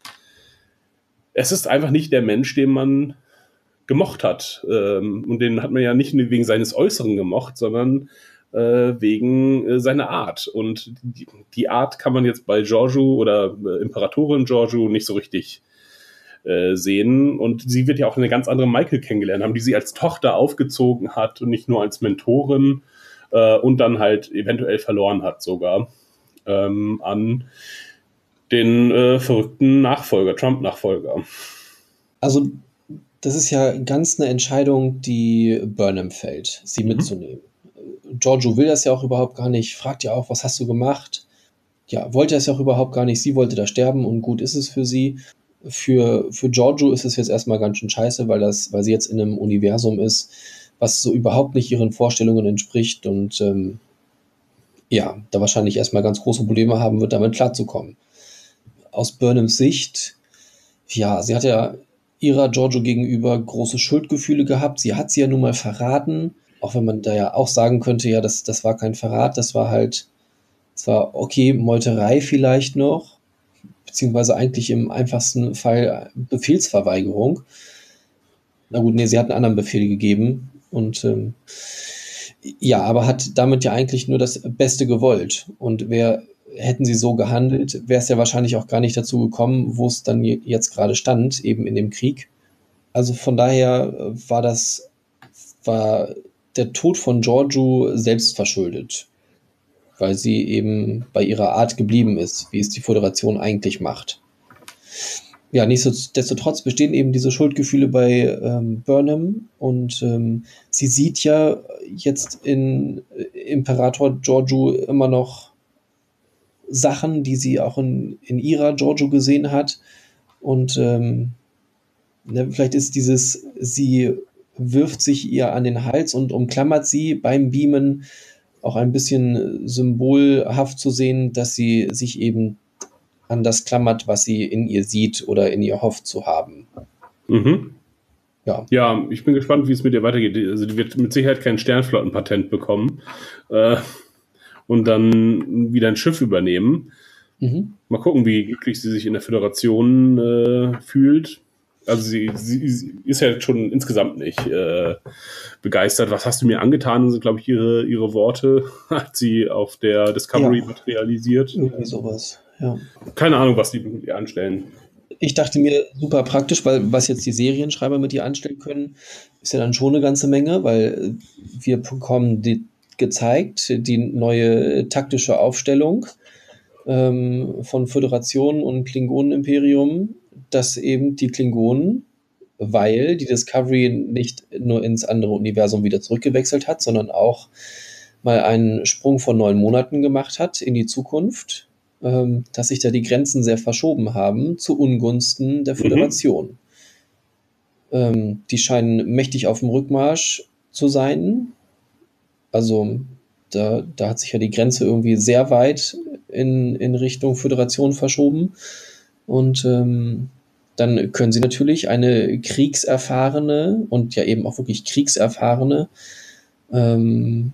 E: es ist einfach nicht der Mensch, den man gemocht hat. Ähm, und den hat man ja nicht wegen seines Äußeren gemocht, sondern äh, wegen äh, seiner Art. Und die, die Art kann man jetzt bei Georgiou oder äh, Imperatorin Georgiou nicht so richtig äh, sehen. Und sie wird ja auch eine ganz andere Michael kennengelernt haben, die sie als Tochter aufgezogen hat und nicht nur als Mentorin äh, und dann halt eventuell verloren hat sogar ähm, an den äh, verrückten Nachfolger, Trump-Nachfolger.
D: Also das ist ja ganz eine Entscheidung, die Burnham fällt, sie mhm. mitzunehmen. Georgiou will das ja auch überhaupt gar nicht, fragt ja auch, was hast du gemacht? Ja, wollte es ja auch überhaupt gar nicht, sie wollte da sterben und gut ist es für sie. Für, für Georgiou ist es jetzt erstmal ganz schön scheiße, weil, das, weil sie jetzt in einem Universum ist, was so überhaupt nicht ihren Vorstellungen entspricht und ähm, ja, da wahrscheinlich erstmal ganz große Probleme haben wird, damit klarzukommen. Aus Burnhams Sicht, ja, sie hat ja ihrer Georgiou gegenüber große Schuldgefühle gehabt. Sie hat sie ja nun mal verraten, auch wenn man da ja auch sagen könnte, ja, das, das war kein Verrat, das war halt, das war okay, Meuterei vielleicht noch, beziehungsweise eigentlich im einfachsten Fall Befehlsverweigerung. Na gut, nee, sie hat einen anderen Befehl gegeben und ähm, ja, aber hat damit ja eigentlich nur das Beste gewollt. Und wer hätten sie so gehandelt, wäre es ja wahrscheinlich auch gar nicht dazu gekommen, wo es dann jetzt gerade stand, eben in dem Krieg. Also von daher war das, war der Tod von Georgiou selbst verschuldet. weil sie eben bei ihrer Art geblieben ist, wie es die Föderation eigentlich macht. Ja, nichtsdestotrotz bestehen eben diese Schuldgefühle bei ähm, Burnham und ähm, sie sieht ja jetzt in Imperator Georgiou immer noch Sachen, die sie auch in, in ihrer Georgiou gesehen hat und ähm, ne, vielleicht ist dieses, sie wirft sich ihr an den Hals und umklammert sie beim Beamen auch ein bisschen symbolhaft zu sehen, dass sie sich eben an das klammert, was sie in ihr sieht oder in ihr hofft zu haben.
E: Mhm.
D: Ja.
E: Ja, ich bin gespannt, wie es mit ihr weitergeht. Also die wird mit Sicherheit kein Sternflottenpatent bekommen äh, und dann wieder ein Schiff übernehmen.
D: Mhm.
E: Mal gucken, wie glücklich sie sich in der Föderation äh, fühlt. Also sie, sie, sie ist ja schon insgesamt nicht äh, begeistert. Was hast du mir angetan, sind, glaube ich, ihre, ihre Worte, hat sie auf der Discovery
D: Ja.
E: materialisiert.
D: Irgendwie sowas, ja.
E: Keine Ahnung, was die mit ihr anstellen.
D: Ich dachte mir, super praktisch, weil was jetzt die Serienschreiber mit ihr anstellen können, ist ja dann schon eine ganze Menge, weil wir bekommen die, gezeigt, die neue taktische Aufstellung ähm, von Föderation und Klingonenimperium, dass eben die Klingonen, weil die Discovery nicht nur ins andere Universum wieder zurückgewechselt hat, sondern auch mal einen Sprung von neun Monaten gemacht hat in die Zukunft, ähm, dass sich da die Grenzen sehr verschoben haben zu Ungunsten der Föderation. Mhm. Ähm, die scheinen mächtig auf dem Rückmarsch zu sein. Also da, da hat sich ja die Grenze irgendwie sehr weit in, in Richtung Föderation verschoben. Und ähm, dann können sie natürlich eine kriegserfahrene und ja eben auch wirklich kriegserfahrene ähm,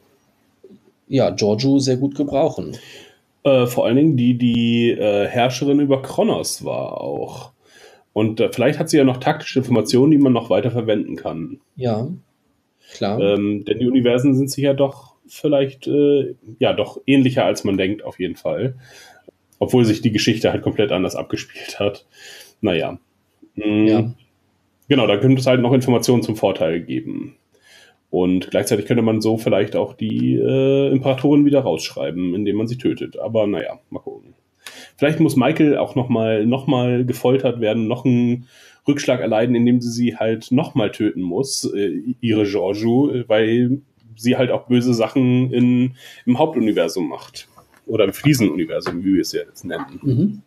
D: ja, Georgiou sehr gut gebrauchen.
E: Äh, vor allen Dingen die, die äh, Herrscherin über Kronos war auch. Und äh, vielleicht hat sie ja noch taktische Informationen, die man noch weiter verwenden kann.
D: Ja, klar.
E: Ähm, denn die Universen sind sich ja doch vielleicht äh, ja doch ähnlicher, als man denkt, auf jeden Fall. Obwohl sich die Geschichte halt komplett anders abgespielt hat. Naja. Mhm.
D: Ja.
E: Genau, da könnte es halt noch Informationen zum Vorteil geben. Und gleichzeitig könnte man so vielleicht auch die äh, Imperatorin wieder rausschreiben, indem man sie tötet. Aber naja, mal gucken. Vielleicht muss Michael auch nochmal noch mal gefoltert werden, noch einen Rückschlag erleiden, indem sie sie halt nochmal töten muss, äh, ihre Georgiou, weil sie halt auch böse Sachen in, im Hauptuniversum macht. Oder im Fliesenuniversum, wie wir es ja jetzt nennen.
D: Mhm.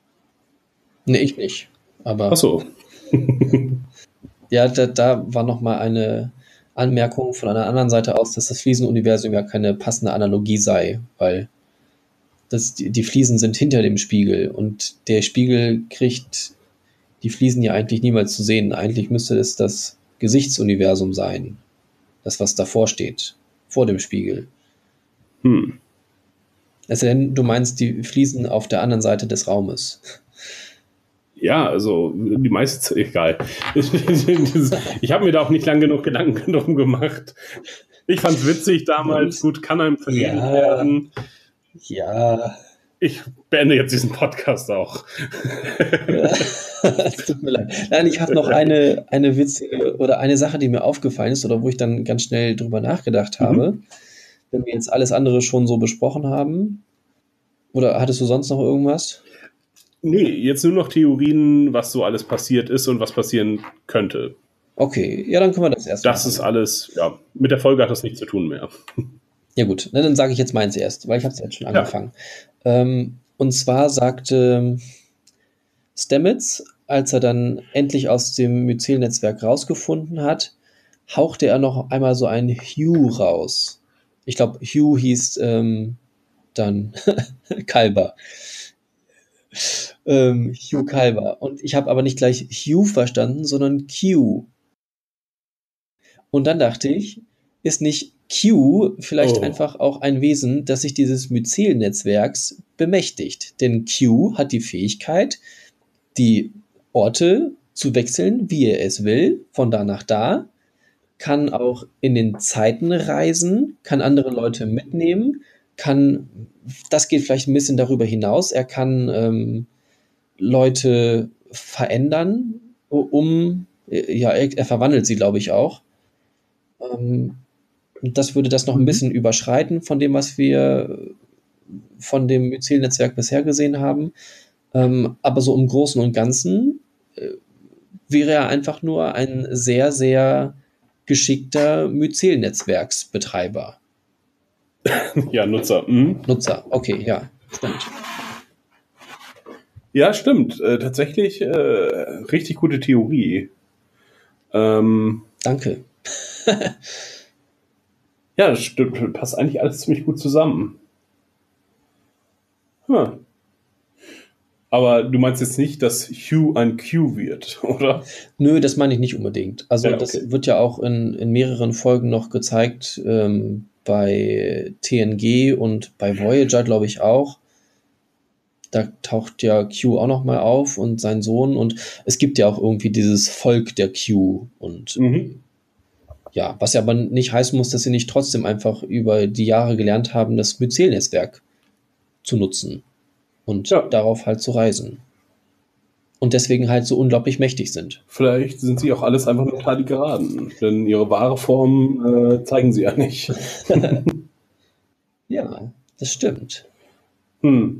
D: Nee, ich nicht. Aber
E: Ach so.
D: ja, da, da war nochmal eine Anmerkung von einer anderen Seite aus, dass das Fliesenuniversum ja keine passende Analogie sei, weil das, die, die Fliesen sind hinter dem Spiegel und der Spiegel kriegt die Fliesen ja eigentlich niemals zu sehen. Eigentlich müsste es das Gesichtsuniversum sein, das, was davor steht, vor dem Spiegel.
E: Hm.
D: Es sei denn, du meinst die Fliesen auf der anderen Seite des Raumes.
E: Ja, also die meiste Zeit, egal. Ich habe mir da auch nicht lang genug Gedanken drum gemacht. Ich fand's witzig damals, gut, kann einem vergeben
D: Ja.
E: werden.
D: Ja.
E: Ich beende jetzt diesen Podcast auch.
D: Es tut mir leid. Nein, ich habe noch eine, eine witzige oder eine Sache, die mir aufgefallen ist oder wo ich dann ganz schnell drüber nachgedacht habe,
E: Mhm.
D: wenn wir jetzt alles andere schon so besprochen haben. Oder hattest du sonst noch irgendwas?
E: Nee, jetzt nur noch Theorien, was so alles passiert ist und was passieren könnte.
D: Okay, ja, dann können wir das erst
E: Das
D: machen.
E: ist alles, ja, mit der Folge hat das nichts zu tun mehr.
D: Ja gut, ne, dann sage ich jetzt meins erst, weil ich habe es jetzt schon angefangen. Ähm, und zwar sagte Stamets, als er dann endlich aus dem Myzel-Netzwerk rausgefunden hat, hauchte er noch einmal so ein Hugh raus. Ich glaube, Hugh hieß ähm, dann Kalber. ähm, Hugh Kalber. Und ich habe aber nicht gleich Hugh verstanden, sondern Q. Und dann dachte ich, ist nicht Q vielleicht
E: Oh.
D: einfach auch ein Wesen, das sich dieses Myzel-Netzwerks bemächtigt? Denn Q hat die Fähigkeit, die Orte zu wechseln, wie er es will, von da nach da, kann auch in den Zeiten reisen, kann andere Leute mitnehmen, kann, das geht vielleicht ein bisschen darüber hinaus, er kann ähm, Leute verändern, um, ja, er, er verwandelt sie, glaube ich, auch. Ähm, Das würde das noch ein bisschen überschreiten von dem, was wir von dem Myzel-Netzwerk bisher gesehen haben. Ähm, aber so im Großen und Ganzen äh, wäre er einfach nur ein sehr, sehr geschickter Myzel-Netzwerksbetreiber.
E: Ja, Nutzer. Mhm.
D: Nutzer, okay, ja, stimmt.
E: Ja, stimmt. Äh, tatsächlich äh, richtig gute Theorie. Ähm,
D: Danke.
E: ja, das stimmt. Passt eigentlich alles ziemlich gut zusammen. Hm. Aber du meinst jetzt nicht, dass Hugh ein Q wird, oder?
D: Nö, das meine ich nicht unbedingt. Also
E: Ja, okay.
D: das wird ja auch in, in mehreren Folgen noch gezeigt, ähm, bei T N G und bei Voyager, glaube ich, auch. Da taucht ja Q auch noch mal auf und sein Sohn. Und es gibt ja auch irgendwie dieses Volk der Q. Und
E: Mhm.
D: ja, was ja aber nicht heißen muss, dass sie nicht trotzdem einfach über die Jahre gelernt haben, das Myzel-Netzwerk zu nutzen und
E: Ja.
D: darauf halt zu reisen. Und deswegen halt so unglaublich mächtig sind.
E: Vielleicht sind sie auch alles einfach nur Tardigaraden, denn ihre wahre Form äh, zeigen sie ja nicht.
D: Ja, das stimmt.
E: Hm.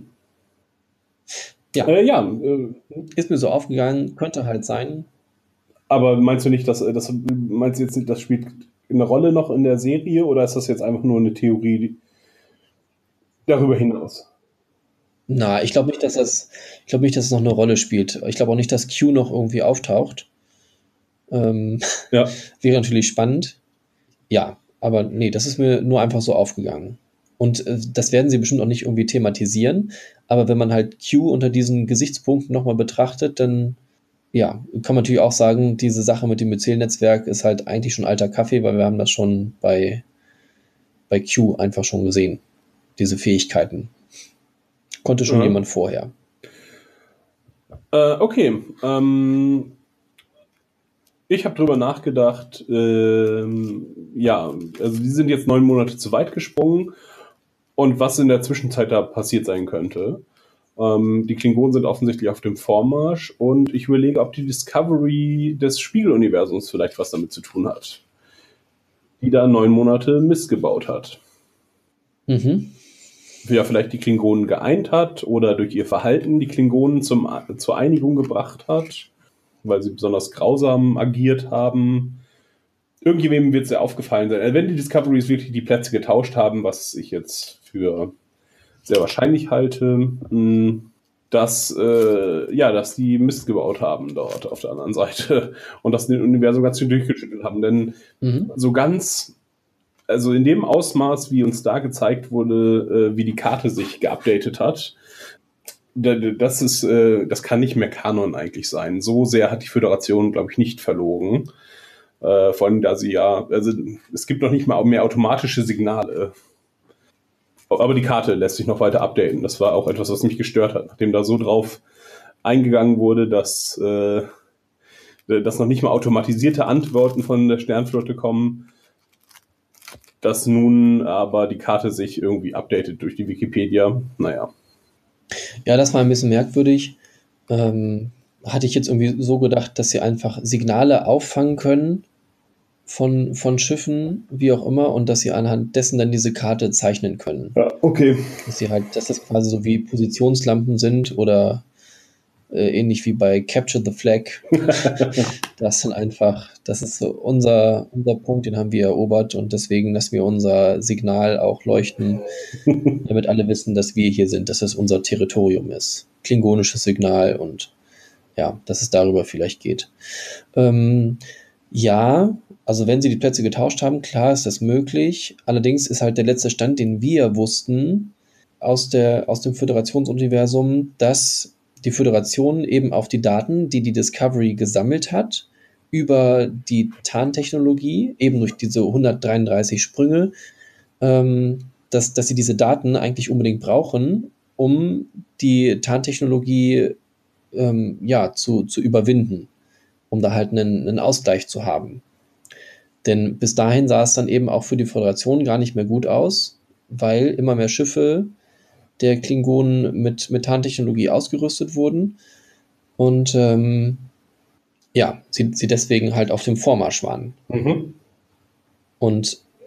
D: Ja.
E: Äh, ja, äh,
D: Ist mir so aufgegangen, könnte halt sein.
E: aber meinst du nicht, dass äh, das meinst du jetzt nicht, das spielt eine Rolle noch in der Serie oder ist das jetzt einfach nur eine Theorie die- darüber hinaus?
D: Na, ich glaube nicht, dass das, ich glaube nicht, dass es noch eine Rolle spielt. Ich glaube auch nicht, dass Q noch irgendwie auftaucht. Ähm,
E: Ja.
D: wäre natürlich spannend. Ja, aber nee, das ist mir nur einfach so aufgegangen. Und äh, das werden sie bestimmt auch nicht irgendwie thematisieren. Aber wenn man halt Q unter diesen Gesichtspunkten nochmal betrachtet, dann ja, kann man natürlich auch sagen, diese Sache mit dem Myzel-Netzwerk ist halt eigentlich schon alter Kaffee, weil wir haben das schon bei, bei Q einfach schon gesehen. Diese Fähigkeiten. Konnte schon
E: Ja.
D: jemand vorher.
E: Äh, okay. Ähm, ich habe drüber nachgedacht. Ähm, ja, also die sind jetzt neun Monate zu weit gesprungen und was in der Zwischenzeit da passiert sein könnte. Ähm, die Klingonen sind offensichtlich auf dem Vormarsch und ich überlege, ob die Discovery des Spiegeluniversums vielleicht was damit zu tun hat, die da neun Monate Mist gebaut hat.
D: Mhm.
E: Ja, vielleicht die Klingonen geeint hat oder durch ihr Verhalten die Klingonen zum, zur Einigung gebracht hat, weil sie besonders grausam agiert haben. Irgendjemandem wird es ja aufgefallen sein. Wenn die Discoveries wirklich die Plätze getauscht haben, was ich jetzt für sehr wahrscheinlich halte, dass, äh, ja, dass die Mist gebaut haben dort auf der anderen Seite und das Universum ganz schön durchgeschüttelt haben. Denn
D: Mhm.
E: so ganz, also in dem Ausmaß, wie uns da gezeigt wurde, äh, wie die Karte sich geupdatet hat, das ist, äh, das kann nicht mehr Kanon eigentlich sein. So sehr hat die Föderation, glaube ich, nicht verlogen. Äh, vor allem, da sie ja, also es gibt noch nicht mal mehr automatische Signale. Aber die Karte lässt sich noch weiter updaten. Das war auch etwas, was mich gestört hat, nachdem da so drauf eingegangen wurde, dass, äh, dass noch nicht mal automatisierte Antworten von der Sternflotte kommen, dass nun aber die Karte sich irgendwie updatet durch die Wikipedia. Naja.
D: Ja, das war ein bisschen merkwürdig. Ähm, hatte ich jetzt irgendwie so gedacht, dass sie einfach Signale auffangen können von, von Schiffen, wie auch immer, und dass sie anhand dessen dann diese Karte zeichnen können.
E: Ja, okay.
D: Dass sie halt, dass das quasi so wie Positionslampen sind oder äh, ähnlich wie bei Capture the Flag. Das dann einfach, das ist so unser, unser Punkt, den haben wir erobert und deswegen lassen wir unser Signal auch leuchten, damit alle wissen, dass wir hier sind, dass es unser Territorium ist. Klingonisches Signal und ja, dass es darüber vielleicht geht. Ähm, ja, also wenn sie die Plätze getauscht haben, klar ist das möglich. Allerdings ist halt der letzte Stand, den wir wussten aus, der, aus dem Föderationsuniversum, dass die Föderation eben auf die Daten, die die Discovery gesammelt hat, über die Tarntechnologie, eben durch diese hundertdreiunddreißig Sprünge, ähm, dass, dass sie diese Daten eigentlich unbedingt brauchen, um die Tarntechnologie ähm, ja, zu, zu überwinden, um da halt einen, einen Ausgleich zu haben. Denn bis dahin sah es dann eben auch für die Föderation gar nicht mehr gut aus, weil immer mehr Schiffe der Klingonen mit, mit Tarntechnologie ausgerüstet wurden und ähm, ja, sie, sie deswegen halt auf dem Vormarsch waren.
E: Mhm.
D: Und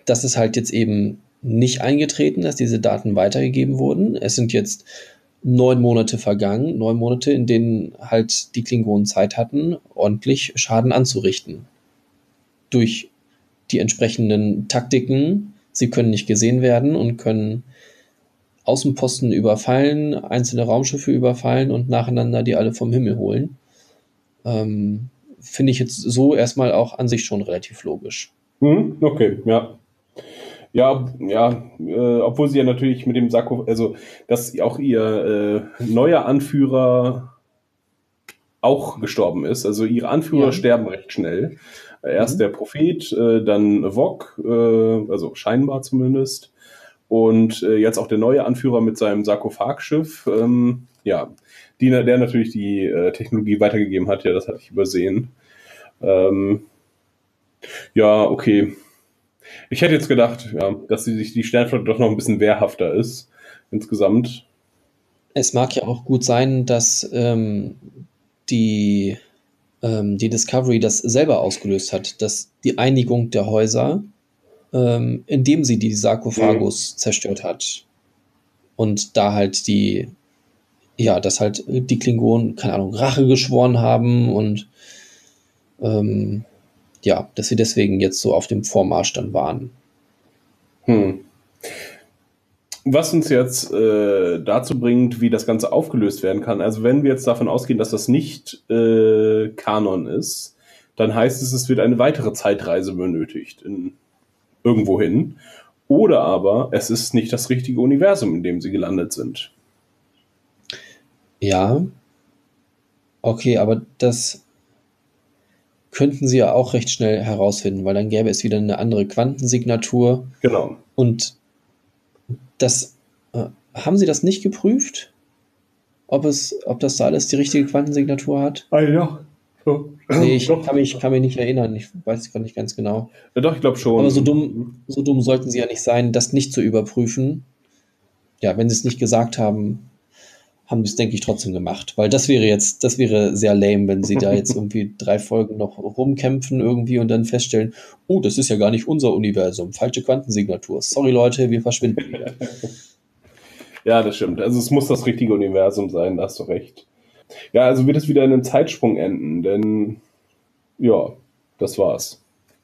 D: das ist halt jetzt eben nicht eingetreten, dass diese Daten weitergegeben wurden. Es sind jetzt neun Monate vergangen, neun Monate, in denen halt die Klingonen Zeit hatten, ordentlich Schaden anzurichten. Durch die entsprechenden Taktiken. Sie können nicht gesehen werden und können Außenposten überfallen, einzelne Raumschiffe überfallen und nacheinander die alle vom Himmel holen. Ähm, finde ich jetzt so erstmal auch an sich schon relativ logisch.
E: Hm, okay, ja. Ja, ja, äh, obwohl sie ja natürlich mit dem Sarko, also dass auch ihr äh, neuer Anführer auch gestorben ist. Also ihre Anführer
D: Ja.
E: sterben recht schnell. Erst
D: Mhm.
E: der Prophet, äh, dann Vok, äh, also scheinbar zumindest. Und äh, jetzt auch der neue Anführer mit seinem Sarkophagschiff. Ähm, ja, die, der natürlich die äh, Technologie weitergegeben hat. Ja, das hatte ich übersehen. Ähm, ja, okay. Ich hätte jetzt gedacht, ja, dass die, die Sternflotte doch noch ein bisschen wehrhafter ist, insgesamt.
D: Es mag ja auch gut sein, dass ähm, die, ähm, die Discovery das selber ausgelöst hat, dass die Einigung der Häuser, ähm, indem sie die Sarkophagus zerstört hat. Und da halt die, ja, dass halt die Klingonen, keine Ahnung, Rache geschworen haben und ähm, ja, dass sie deswegen jetzt so auf dem Vormarsch dann waren.
E: Hm. Was uns jetzt äh, dazu bringt, wie das Ganze aufgelöst werden kann. Also wenn wir jetzt davon ausgehen, dass das nicht äh, Kanon ist, dann heißt es, es wird eine weitere Zeitreise benötigt in irgendwo hin. Oder aber es ist nicht das richtige Universum, in dem sie gelandet sind.
D: Ja, okay, aber das könnten sie ja auch recht schnell herausfinden, weil dann gäbe es wieder eine andere Quantensignatur.
E: Genau.
D: Und das äh, haben sie das nicht geprüft? Ob es, ob das da alles die richtige Quantensignatur hat?
E: Ah ja. So.
D: Nee, ich
E: Doch.
D: kann mich, kann mich nicht erinnern. Ich weiß es gerade nicht ganz genau.
E: Ja, doch, ich glaube schon.
D: Aber so dumm, so dumm sollten sie ja nicht sein, das nicht zu überprüfen. Ja, wenn sie es nicht gesagt haben, haben sie es, denke ich, trotzdem gemacht. Weil das wäre jetzt, das wäre sehr lame, wenn sie da jetzt irgendwie drei Folgen noch rumkämpfen irgendwie und dann feststellen, oh, das ist ja gar nicht unser Universum. Falsche Quantensignatur. Sorry, Leute, wir verschwinden wieder.
E: Ja, das stimmt. Also es muss das richtige Universum sein, da hast du recht. Ja, also wird es wieder in einem Zeitsprung enden, denn ja, das war's.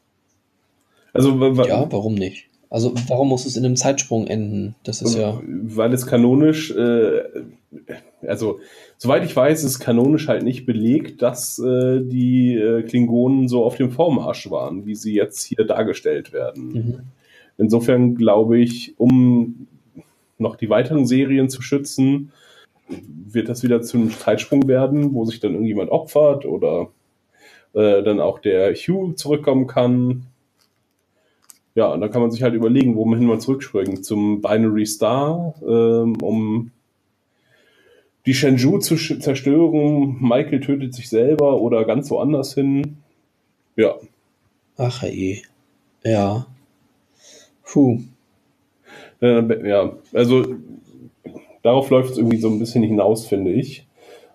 E: Also w- w-
D: Ja, warum nicht? Also, warum muss es in einem Zeitsprung enden? Das ist ja.
E: weil es kanonisch, äh, also soweit ich weiß, ist kanonisch halt nicht belegt, dass äh, die äh, Klingonen so auf dem Vormarsch waren, wie sie jetzt hier dargestellt werden.
D: Mhm.
E: Insofern glaube ich, um noch die weiteren Serien zu schützen, wird das wieder zu einem Zeitsprung werden, wo sich dann irgendjemand opfert oder äh, dann auch der Hugh zurückkommen kann. Ja, und dann kann man sich halt überlegen, wohin man zurückspringt. Zum Binary Star, ähm, um die Shenzhou zu sch- zerstören. Michael tötet sich selber oder ganz woanders hin. Ja,
D: Ach, ey. Ja. Puh.
E: äh, ja, also darauf läuft es irgendwie so ein bisschen hinaus, finde ich.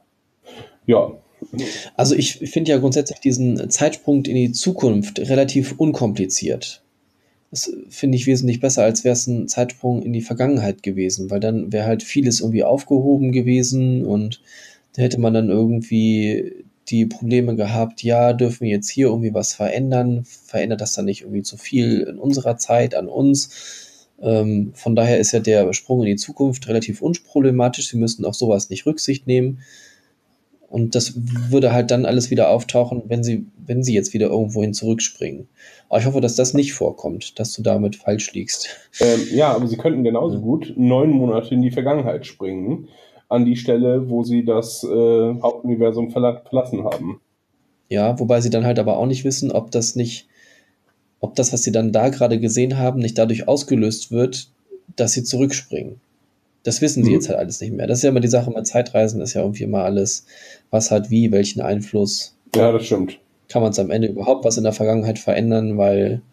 E: Ja,
D: Also, ich finde ja grundsätzlich diesen Zeitsprung in die Zukunft relativ unkompliziert. Das finde ich wesentlich besser, als wäre es ein Zeitsprung in die Vergangenheit gewesen, weil dann wäre halt vieles irgendwie aufgehoben gewesen und da hätte man dann irgendwie die Probleme gehabt, ja, dürfen wir jetzt hier irgendwie was verändern? Verändert das dann nicht irgendwie zu viel in unserer Zeit an uns? Ähm, von daher ist ja der Sprung in die Zukunft relativ unproblematisch. Sie müssen auf sowas nicht Rücksicht nehmen. Und das würde halt dann alles wieder auftauchen, wenn sie, wenn sie jetzt wieder irgendwohin zurückspringen. Aber ich hoffe, dass das nicht vorkommt, dass du damit falsch liegst.
E: ähm, ja, aber sie könnten genauso
D: Ja.
E: gut neun Monate in die Vergangenheit springen, an die Stelle, wo sie das äh, Hauptuniversum verla- verlassen haben.
D: Ja, wobei sie dann halt aber auch nicht wissen, ob das nicht, ob das, was sie dann da gerade gesehen haben, nicht dadurch ausgelöst wird, dass sie zurückspringen. Das wissen sie
E: Mhm.
D: jetzt halt alles nicht mehr. Das ist ja immer die Sache mit Zeitreisen, ist ja irgendwie immer alles, was hat wie, welchen Einfluss.
E: Ja, das stimmt.
D: Kann man es am Ende überhaupt was in der Vergangenheit verändern, weil,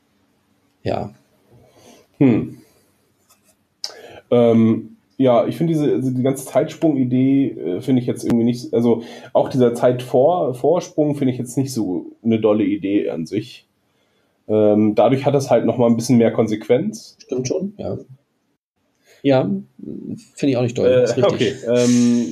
D: ja,
E: Hm. Ähm, ja, ich finde diese, also die ganze Zeitsprung-Idee äh, finde ich jetzt irgendwie nicht, also auch dieser Zeitvor- Vorsprung finde ich jetzt nicht so eine dolle Idee an sich. Ähm, dadurch hat es halt nochmal ein bisschen mehr Konsequenz.
D: Stimmt schon, ja. Ja, finde ich auch nicht doll.
E: Äh,
D: ist richtig.
E: okay. Ähm,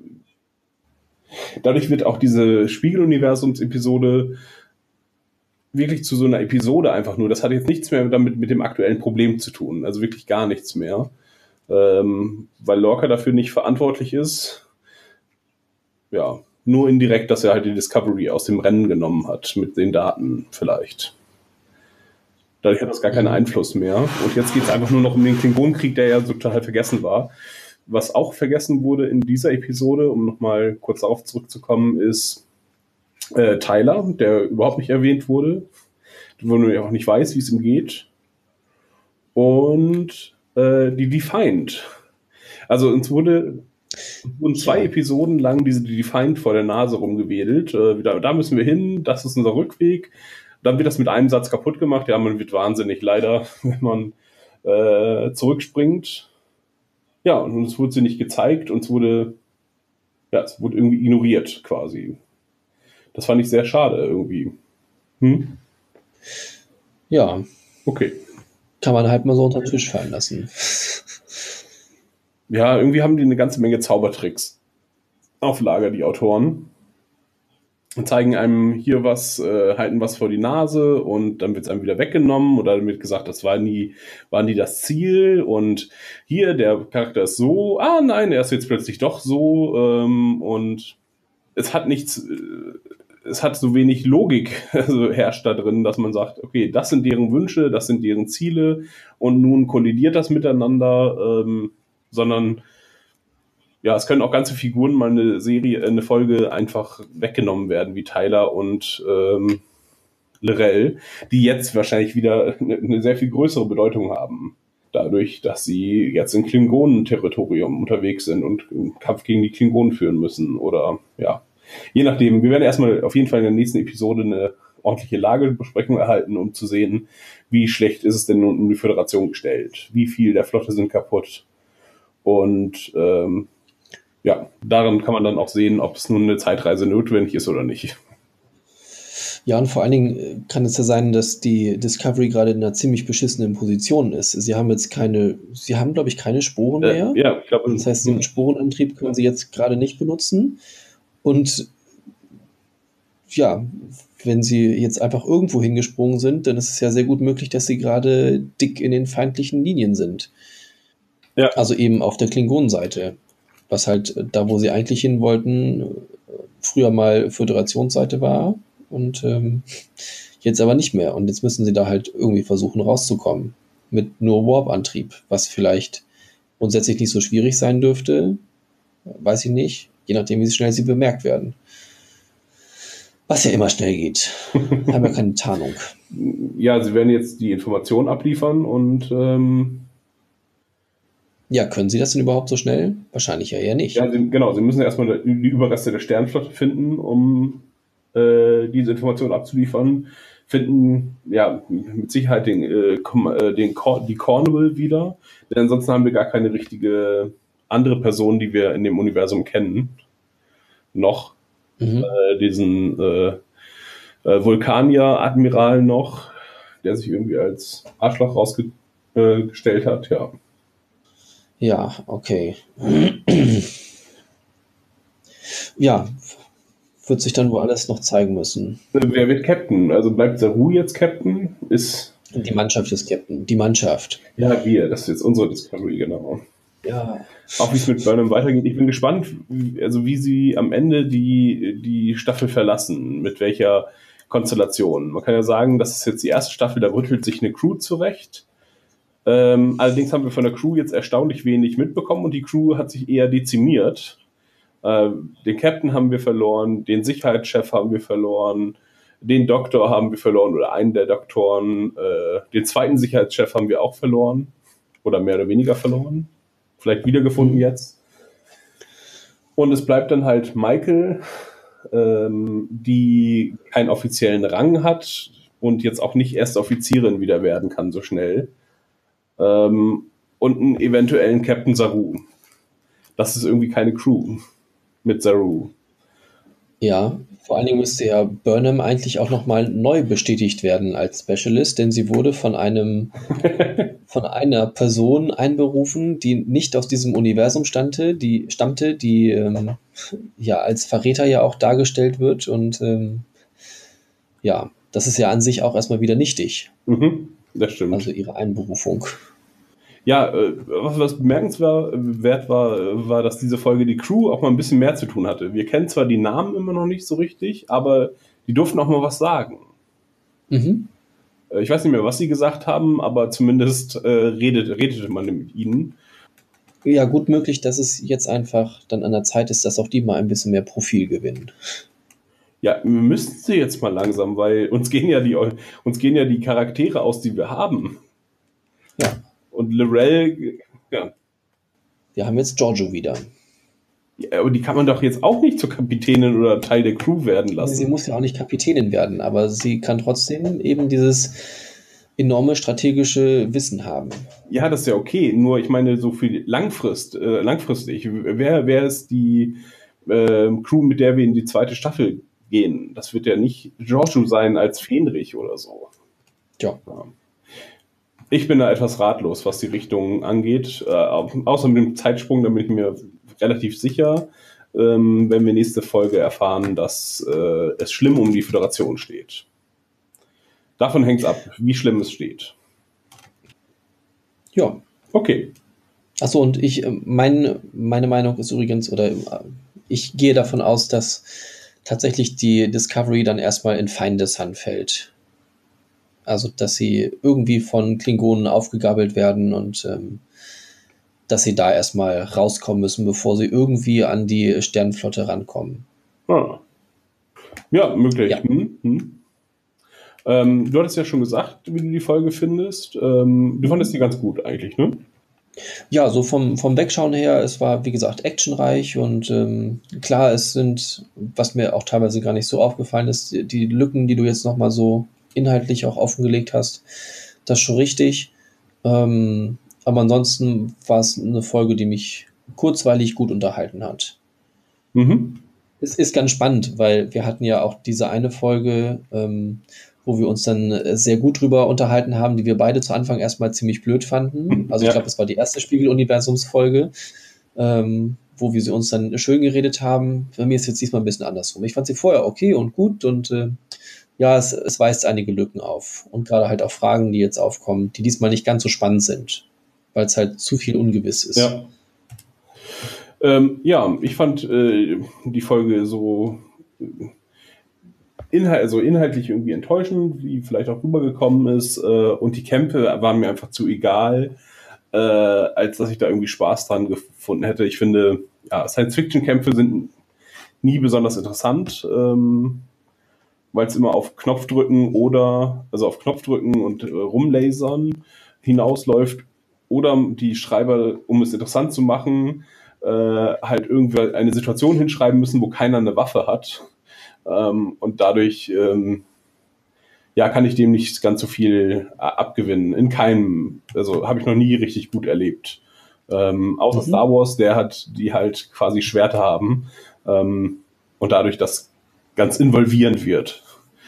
E: äh, dadurch wird auch diese Spiegeluniversums-Episode wirklich zu so einer Episode einfach nur. Das hat jetzt nichts mehr damit mit dem aktuellen Problem zu tun. Also wirklich gar nichts mehr. Ähm, weil Lorca dafür nicht verantwortlich ist. Ja, nur indirekt, dass er halt die Discovery aus dem Rennen genommen hat mit den Daten vielleicht. Dadurch hat das gar keinen Einfluss mehr. Und jetzt geht es einfach nur noch um den Klingonenkrieg, der ja total vergessen war. Was auch vergessen wurde in dieser Episode, um nochmal kurz darauf zurückzukommen, ist äh, Tyler, der überhaupt nicht erwähnt wurde, wo man ja auch nicht weiß, wie es ihm geht. Und äh, die Defiant. Also uns wurde wurden zwei
D: Ja.
E: Episoden lang diese Defiant vor der Nase rumgewedelt. Äh, da, da müssen wir hin, das ist unser Rückweg. Dann wird das mit einem Satz kaputt gemacht. Ja, man wird wahnsinnig leider, wenn man äh, zurückspringt. Ja, und es wurde sie nicht gezeigt und es wurde, ja, es wurde irgendwie ignoriert quasi. Das fand ich sehr schade irgendwie. Hm?
D: Ja,
E: Okay.
D: kann man halt mal so unter den Tisch fallen lassen.
E: Ja, irgendwie haben die eine ganze Menge Zaubertricks auf Lager, die Autoren. Und zeigen einem hier was, äh, halten was vor die Nase und dann wird es einem wieder weggenommen oder dann wird gesagt, das war nie, war nie das Ziel und hier, der Charakter ist so, ah nein, er ist jetzt plötzlich doch so ähm, und es hat nichts, äh, es hat so wenig Logik also herrscht da drin, dass man sagt, okay, das sind deren Wünsche, das sind deren Ziele und nun kollidiert das miteinander, ähm, sondern ja, es können auch ganze Figuren mal eine Serie, eine Folge einfach weggenommen werden, wie Tyler und ähm, Lorel, die jetzt wahrscheinlich wieder eine, eine sehr viel größere Bedeutung haben. Dadurch, dass sie jetzt in Klingonen-Territorium unterwegs sind und einen Kampf gegen die Klingonen führen müssen. Oder ja, je nachdem. Wir werden erstmal auf jeden Fall in der nächsten Episode eine ordentliche Lagebesprechung erhalten, um zu sehen, wie schlecht ist es denn nun um die Föderation gestellt. Wie viel der Flotte sind kaputt. Und ähm, ja, daran kann man dann auch sehen, ob es nun eine Zeitreise notwendig ist oder nicht.
D: Ja, und vor allen Dingen kann es ja sein, dass die Discovery gerade in einer ziemlich beschissenen Position ist. Sie haben jetzt keine, sie haben, glaube ich, keine Sporen mehr.
E: Äh, ja, ich glaube.
D: Das heißt, den Sporenantrieb können sie jetzt gerade nicht benutzen. Und ja, wenn sie jetzt einfach irgendwo hingesprungen sind, dann ist es ja sehr gut möglich, dass sie gerade dick in den feindlichen Linien sind.
E: Ja.
D: Also eben auf der Klingonenseite. Was halt da, wo sie eigentlich hin wollten, früher mal Föderationsseite war und ähm, jetzt aber nicht mehr. Und jetzt müssen sie da halt irgendwie versuchen rauszukommen. Mit nur Warp-Antrieb, was vielleicht grundsätzlich nicht so schwierig sein dürfte, weiß ich nicht, je nachdem, wie schnell sie bemerkt werden. Was ja immer schnell geht. Haben ja keine Tarnung.
E: Ja, sie werden jetzt die Informationen abliefern und ähm,
D: ja, können sie das denn überhaupt so schnell? Wahrscheinlich ja eher nicht.
E: ja, sie, genau, sie müssen erstmal die Überreste der Sternflotte finden, um äh, diese Informationen abzuliefern. Finden, ja, mit Sicherheit den, äh, den Cor- die Cornwall wieder, denn ansonsten haben wir gar keine richtige andere Person, die wir in dem Universum kennen. Noch.
D: Mhm.
E: Äh, diesen äh, äh, Vulkanier-Admiral noch, der sich irgendwie als Arschloch rausgestellt äh, hat, ja.
D: Ja, okay. Ja, wird sich dann wohl alles noch zeigen müssen.
E: Wer wird Captain? Also bleibt Saru jetzt Captain? Ist
D: Die Mannschaft ist Captain. Die Mannschaft.
E: ja wir, das ist jetzt unsere Discovery, genau.
D: Ja.
E: Auch wie es mit Burnham weitergeht. Ich bin gespannt, wie- also wie sie am Ende die, die Staffel verlassen, mit welcher Konstellation. Man kann ja sagen, das ist jetzt die erste Staffel, da rüttelt sich eine Crew zurecht. Ähm, allerdings haben wir von der Crew jetzt erstaunlich wenig mitbekommen und die Crew hat sich eher dezimiert. Äh, den Captain haben wir verloren, den Sicherheitschef haben wir verloren, den Doktor haben wir verloren oder einen der Doktoren, äh, den zweiten Sicherheitschef haben wir auch verloren oder mehr oder weniger verloren. Vielleicht wiedergefunden jetzt. Und es bleibt dann halt Michael, ähm, die keinen offiziellen Rang hat und jetzt auch nicht erste Offizierin wieder werden kann so schnell. Ähm, und einen eventuellen Captain Saru. Das ist irgendwie keine Crew mit Saru.
D: Ja, Vor allen Dingen müsste ja Burnham eigentlich auch nochmal neu bestätigt werden als Specialist, denn sie wurde von einem von einer Person einberufen, die nicht aus diesem Universum stammte, die stammte, die ähm, ja als Verräter ja auch dargestellt wird und ähm, ja, das ist ja an sich auch erstmal wieder nichtig.
E: Mhm, das stimmt.
D: Also ihre Einberufung.
E: Ja, äh, was, was bemerkenswert war, war, dass diese Folge die Crew auch mal ein bisschen mehr zu tun hatte. Wir kennen zwar die Namen immer noch nicht so richtig, aber die durften auch mal was sagen.
D: Mhm.
E: Äh, ich weiß nicht mehr, was sie gesagt haben, aber zumindest äh, redet, redete man mit ihnen.
D: Ja, gut möglich, dass es jetzt einfach dann an der Zeit ist, dass auch die mal ein bisschen mehr Profil gewinnen.
E: Ja, müssten sie jetzt mal langsam, weil uns gehen ja die, uns gehen ja die Charaktere aus, die wir haben.
D: Ja.
E: Und Lorel, ja.
D: Wir haben jetzt Giorgio wieder.
E: Ja, aber die kann man doch jetzt auch nicht zur Kapitänin oder Teil der Crew werden lassen.
D: Sie muss ja auch nicht Kapitänin werden, aber sie kann trotzdem eben dieses enorme strategische Wissen haben.
E: Ja, das ist ja okay. Nur ich meine, so für Langfrist, äh, langfristig, wer, wer ist die äh, Crew, mit der wir in die zweite Staffel gehen? Das wird ja nicht Giorgio sein als Fähnrich oder so.
D: Ja.
E: Ja. Ich bin da etwas ratlos, was die Richtung angeht. Äh, außer mit dem Zeitsprung, da bin ich mir relativ sicher, ähm, wenn wir nächste Folge erfahren, dass äh, es schlimm um die Föderation steht. Davon hängt es ab, wie schlimm es steht.
D: Ja.
E: Okay.
D: Achso, und ich, mein, meine Meinung ist übrigens, oder ich gehe davon aus, dass tatsächlich die Discovery dann erstmal in Feindeshand fällt. Also, dass sie irgendwie von Klingonen aufgegabelt werden und ähm, dass sie da erstmal rauskommen müssen, bevor sie irgendwie an die Sternenflotte rankommen.
E: Ah. Ja, möglich.
D: Ja.
E: Hm, hm. Ähm, du hattest ja schon gesagt, wie du die Folge findest. Ähm, du fandest die ganz gut eigentlich, ne?
D: Ja, so vom, vom Wegschauen her, es war, wie gesagt, actionreich und ähm, klar, es sind, was mir auch teilweise gar nicht so aufgefallen ist, die, die Lücken, die du jetzt nochmal so inhaltlich auch offengelegt hast, das ist schon richtig. Ähm, aber ansonsten war es eine Folge, die mich kurzweilig gut unterhalten hat.
E: Mhm.
D: Es ist ganz spannend, weil wir hatten ja auch diese eine Folge, ähm, wo wir uns dann sehr gut drüber unterhalten haben, die wir beide zu Anfang erstmal ziemlich blöd fanden. Also
E: Ja.
D: ich glaube, es war die erste Spiegel-Universums-Folge, ähm, wo wir sie uns dann schön geredet haben. Bei mir ist jetzt diesmal ein bisschen andersrum. Ich fand sie vorher okay und gut und äh, ja, es, es weist einige Lücken auf. Und gerade halt auch Fragen, die jetzt aufkommen, die diesmal nicht ganz so spannend sind, weil es halt zu viel ungewiss ist.
E: Ja. Ähm, ja, ich fand äh, die Folge so, inhalt, also inhaltlich irgendwie enttäuschend, wie vielleicht auch rübergekommen ist. Äh, und die Kämpfe waren mir einfach zu egal, äh, als dass ich da irgendwie Spaß dran gefunden hätte. Ich finde, ja, Science-Fiction-Kämpfe sind nie besonders interessant, ähm, weil es immer auf Knopfdrücken oder, also auf Knopfdrücken und äh, rumlasern hinausläuft. Oder die Schreiber, um es interessant zu machen, äh, halt irgendwie eine Situation hinschreiben müssen, wo keiner eine Waffe hat. Ähm, und dadurch ähm, ja, kann ich dem nicht ganz so viel äh, abgewinnen. In keinem, also habe ich noch nie richtig gut erlebt. Ähm, außer mhm. Star Wars, der hat, die halt quasi Schwerter haben ähm, und dadurch das ganz involvierend wird.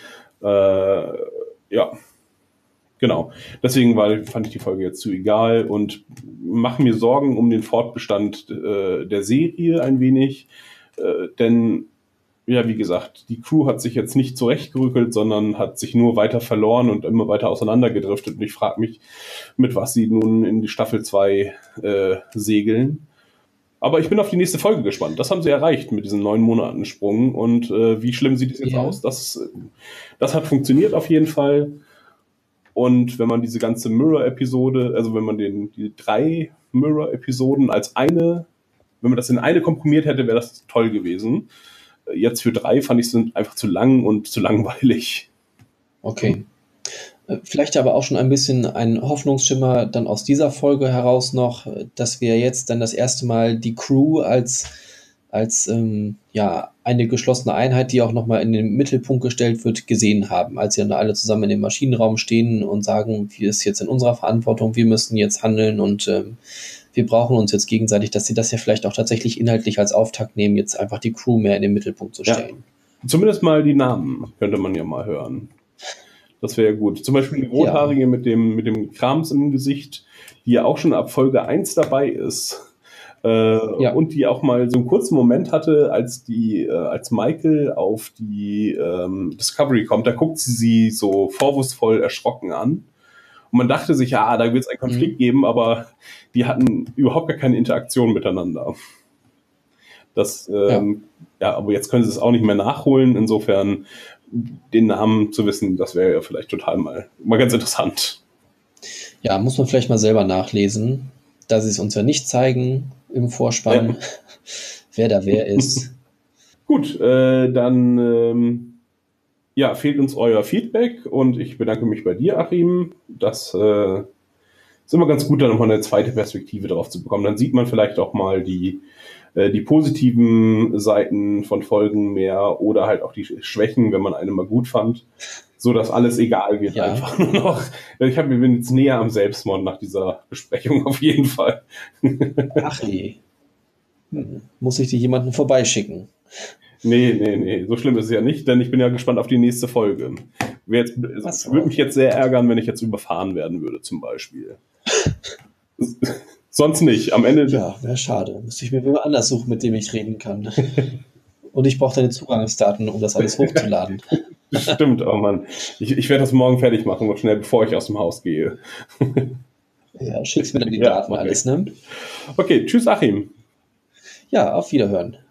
E: Äh, ja, genau. Deswegen war, fand ich die Folge jetzt zu egal und mache mir Sorgen um den Fortbestand äh, der Serie ein wenig, äh, denn ja, wie gesagt, die Crew hat sich jetzt nicht zurechtgerückelt, sondern hat sich nur weiter verloren und immer weiter auseinandergedriftet. Und ich frage mich, mit was sie nun in die Staffel zwei äh, segeln. Aber ich bin auf die nächste Folge gespannt. Das haben sie erreicht mit diesem neun Monaten Sprung. Und äh, wie schlimm sieht es jetzt ja. aus? Das, das hat funktioniert auf jeden Fall. Und wenn man diese ganze Mirror-Episode, also wenn man den, die drei Mirror-Episoden als eine, wenn man das in eine komprimiert hätte, wäre das toll gewesen. Jetzt für drei fand ich es einfach zu lang und zu langweilig.
D: Okay. Vielleicht aber auch schon ein bisschen ein Hoffnungsschimmer dann aus dieser Folge heraus noch, dass wir jetzt dann das erste Mal die Crew als, als ähm, ja, eine geschlossene Einheit, die auch nochmal in den Mittelpunkt gestellt wird, gesehen haben, als sie dann alle zusammen in dem Maschinenraum stehen und sagen, wir ist jetzt in unserer Verantwortung, wir müssen jetzt handeln und ähm, wir brauchen uns jetzt gegenseitig, dass sie das ja vielleicht auch tatsächlich inhaltlich als Auftakt nehmen, jetzt einfach die Crew mehr in den Mittelpunkt zu stellen.
E: Zumindest mal die Namen könnte man ja mal hören. Das wäre gut. Zum Beispiel die Rothaarige ja. mit dem, mit dem Krams im Gesicht, die ja auch schon ab Folge eins dabei ist. Äh, ja. Und die auch mal so einen kurzen Moment hatte, als die, äh, als Michael auf die ähm, Discovery kommt, da guckt sie sie so vorwurfsvoll erschrocken an. Und man dachte sich, ja, da wird es einen Konflikt mhm. geben, aber die hatten überhaupt gar keine Interaktion miteinander. Das, ähm, ja. ja, aber jetzt können sie es auch nicht mehr nachholen. Insofern den Namen zu wissen, das wäre ja vielleicht total mal, mal ganz interessant.
D: Ja, muss man vielleicht mal selber nachlesen, da sie es uns ja nicht zeigen im Vorspann, ja. wer da wer ist.
E: Gut, äh, dann ähm, ja, fehlt uns euer Feedback und ich bedanke mich bei dir, Achim. Das äh, ist immer ganz gut, da nochmal eine zweite Perspektive drauf zu bekommen. Dann sieht man vielleicht auch mal die die positiven Seiten von Folgen mehr oder halt auch die Schwächen, wenn man eine mal gut fand, so dass alles egal wird. Ja. Einfach nur noch. Ich hab, ich bin jetzt näher am Selbstmord nach dieser Besprechung auf jeden Fall.
D: Ach je. Hm. Muss ich dir jemanden vorbeischicken?
E: Nee, nee, nee. So schlimm ist es ja nicht, denn ich bin ja gespannt auf die nächste Folge. Es so. würde mich jetzt sehr ärgern, wenn ich jetzt überfahren werden würde, zum Beispiel. Sonst nicht. Am Ende.
D: Ja, wäre schade. Müsste ich mir jemand anders suchen, mit dem ich reden kann. Und ich brauche deine Zugangsdaten, um das alles hochzuladen.
E: Stimmt, oh Mann. Ich, ich werde das morgen fertig machen, noch schnell, bevor ich aus dem Haus gehe.
D: Ja, schickst mir dann die ja, Daten okay. alles, ne?
E: Okay, tschüss, Achim.
D: Ja, auf Wiederhören.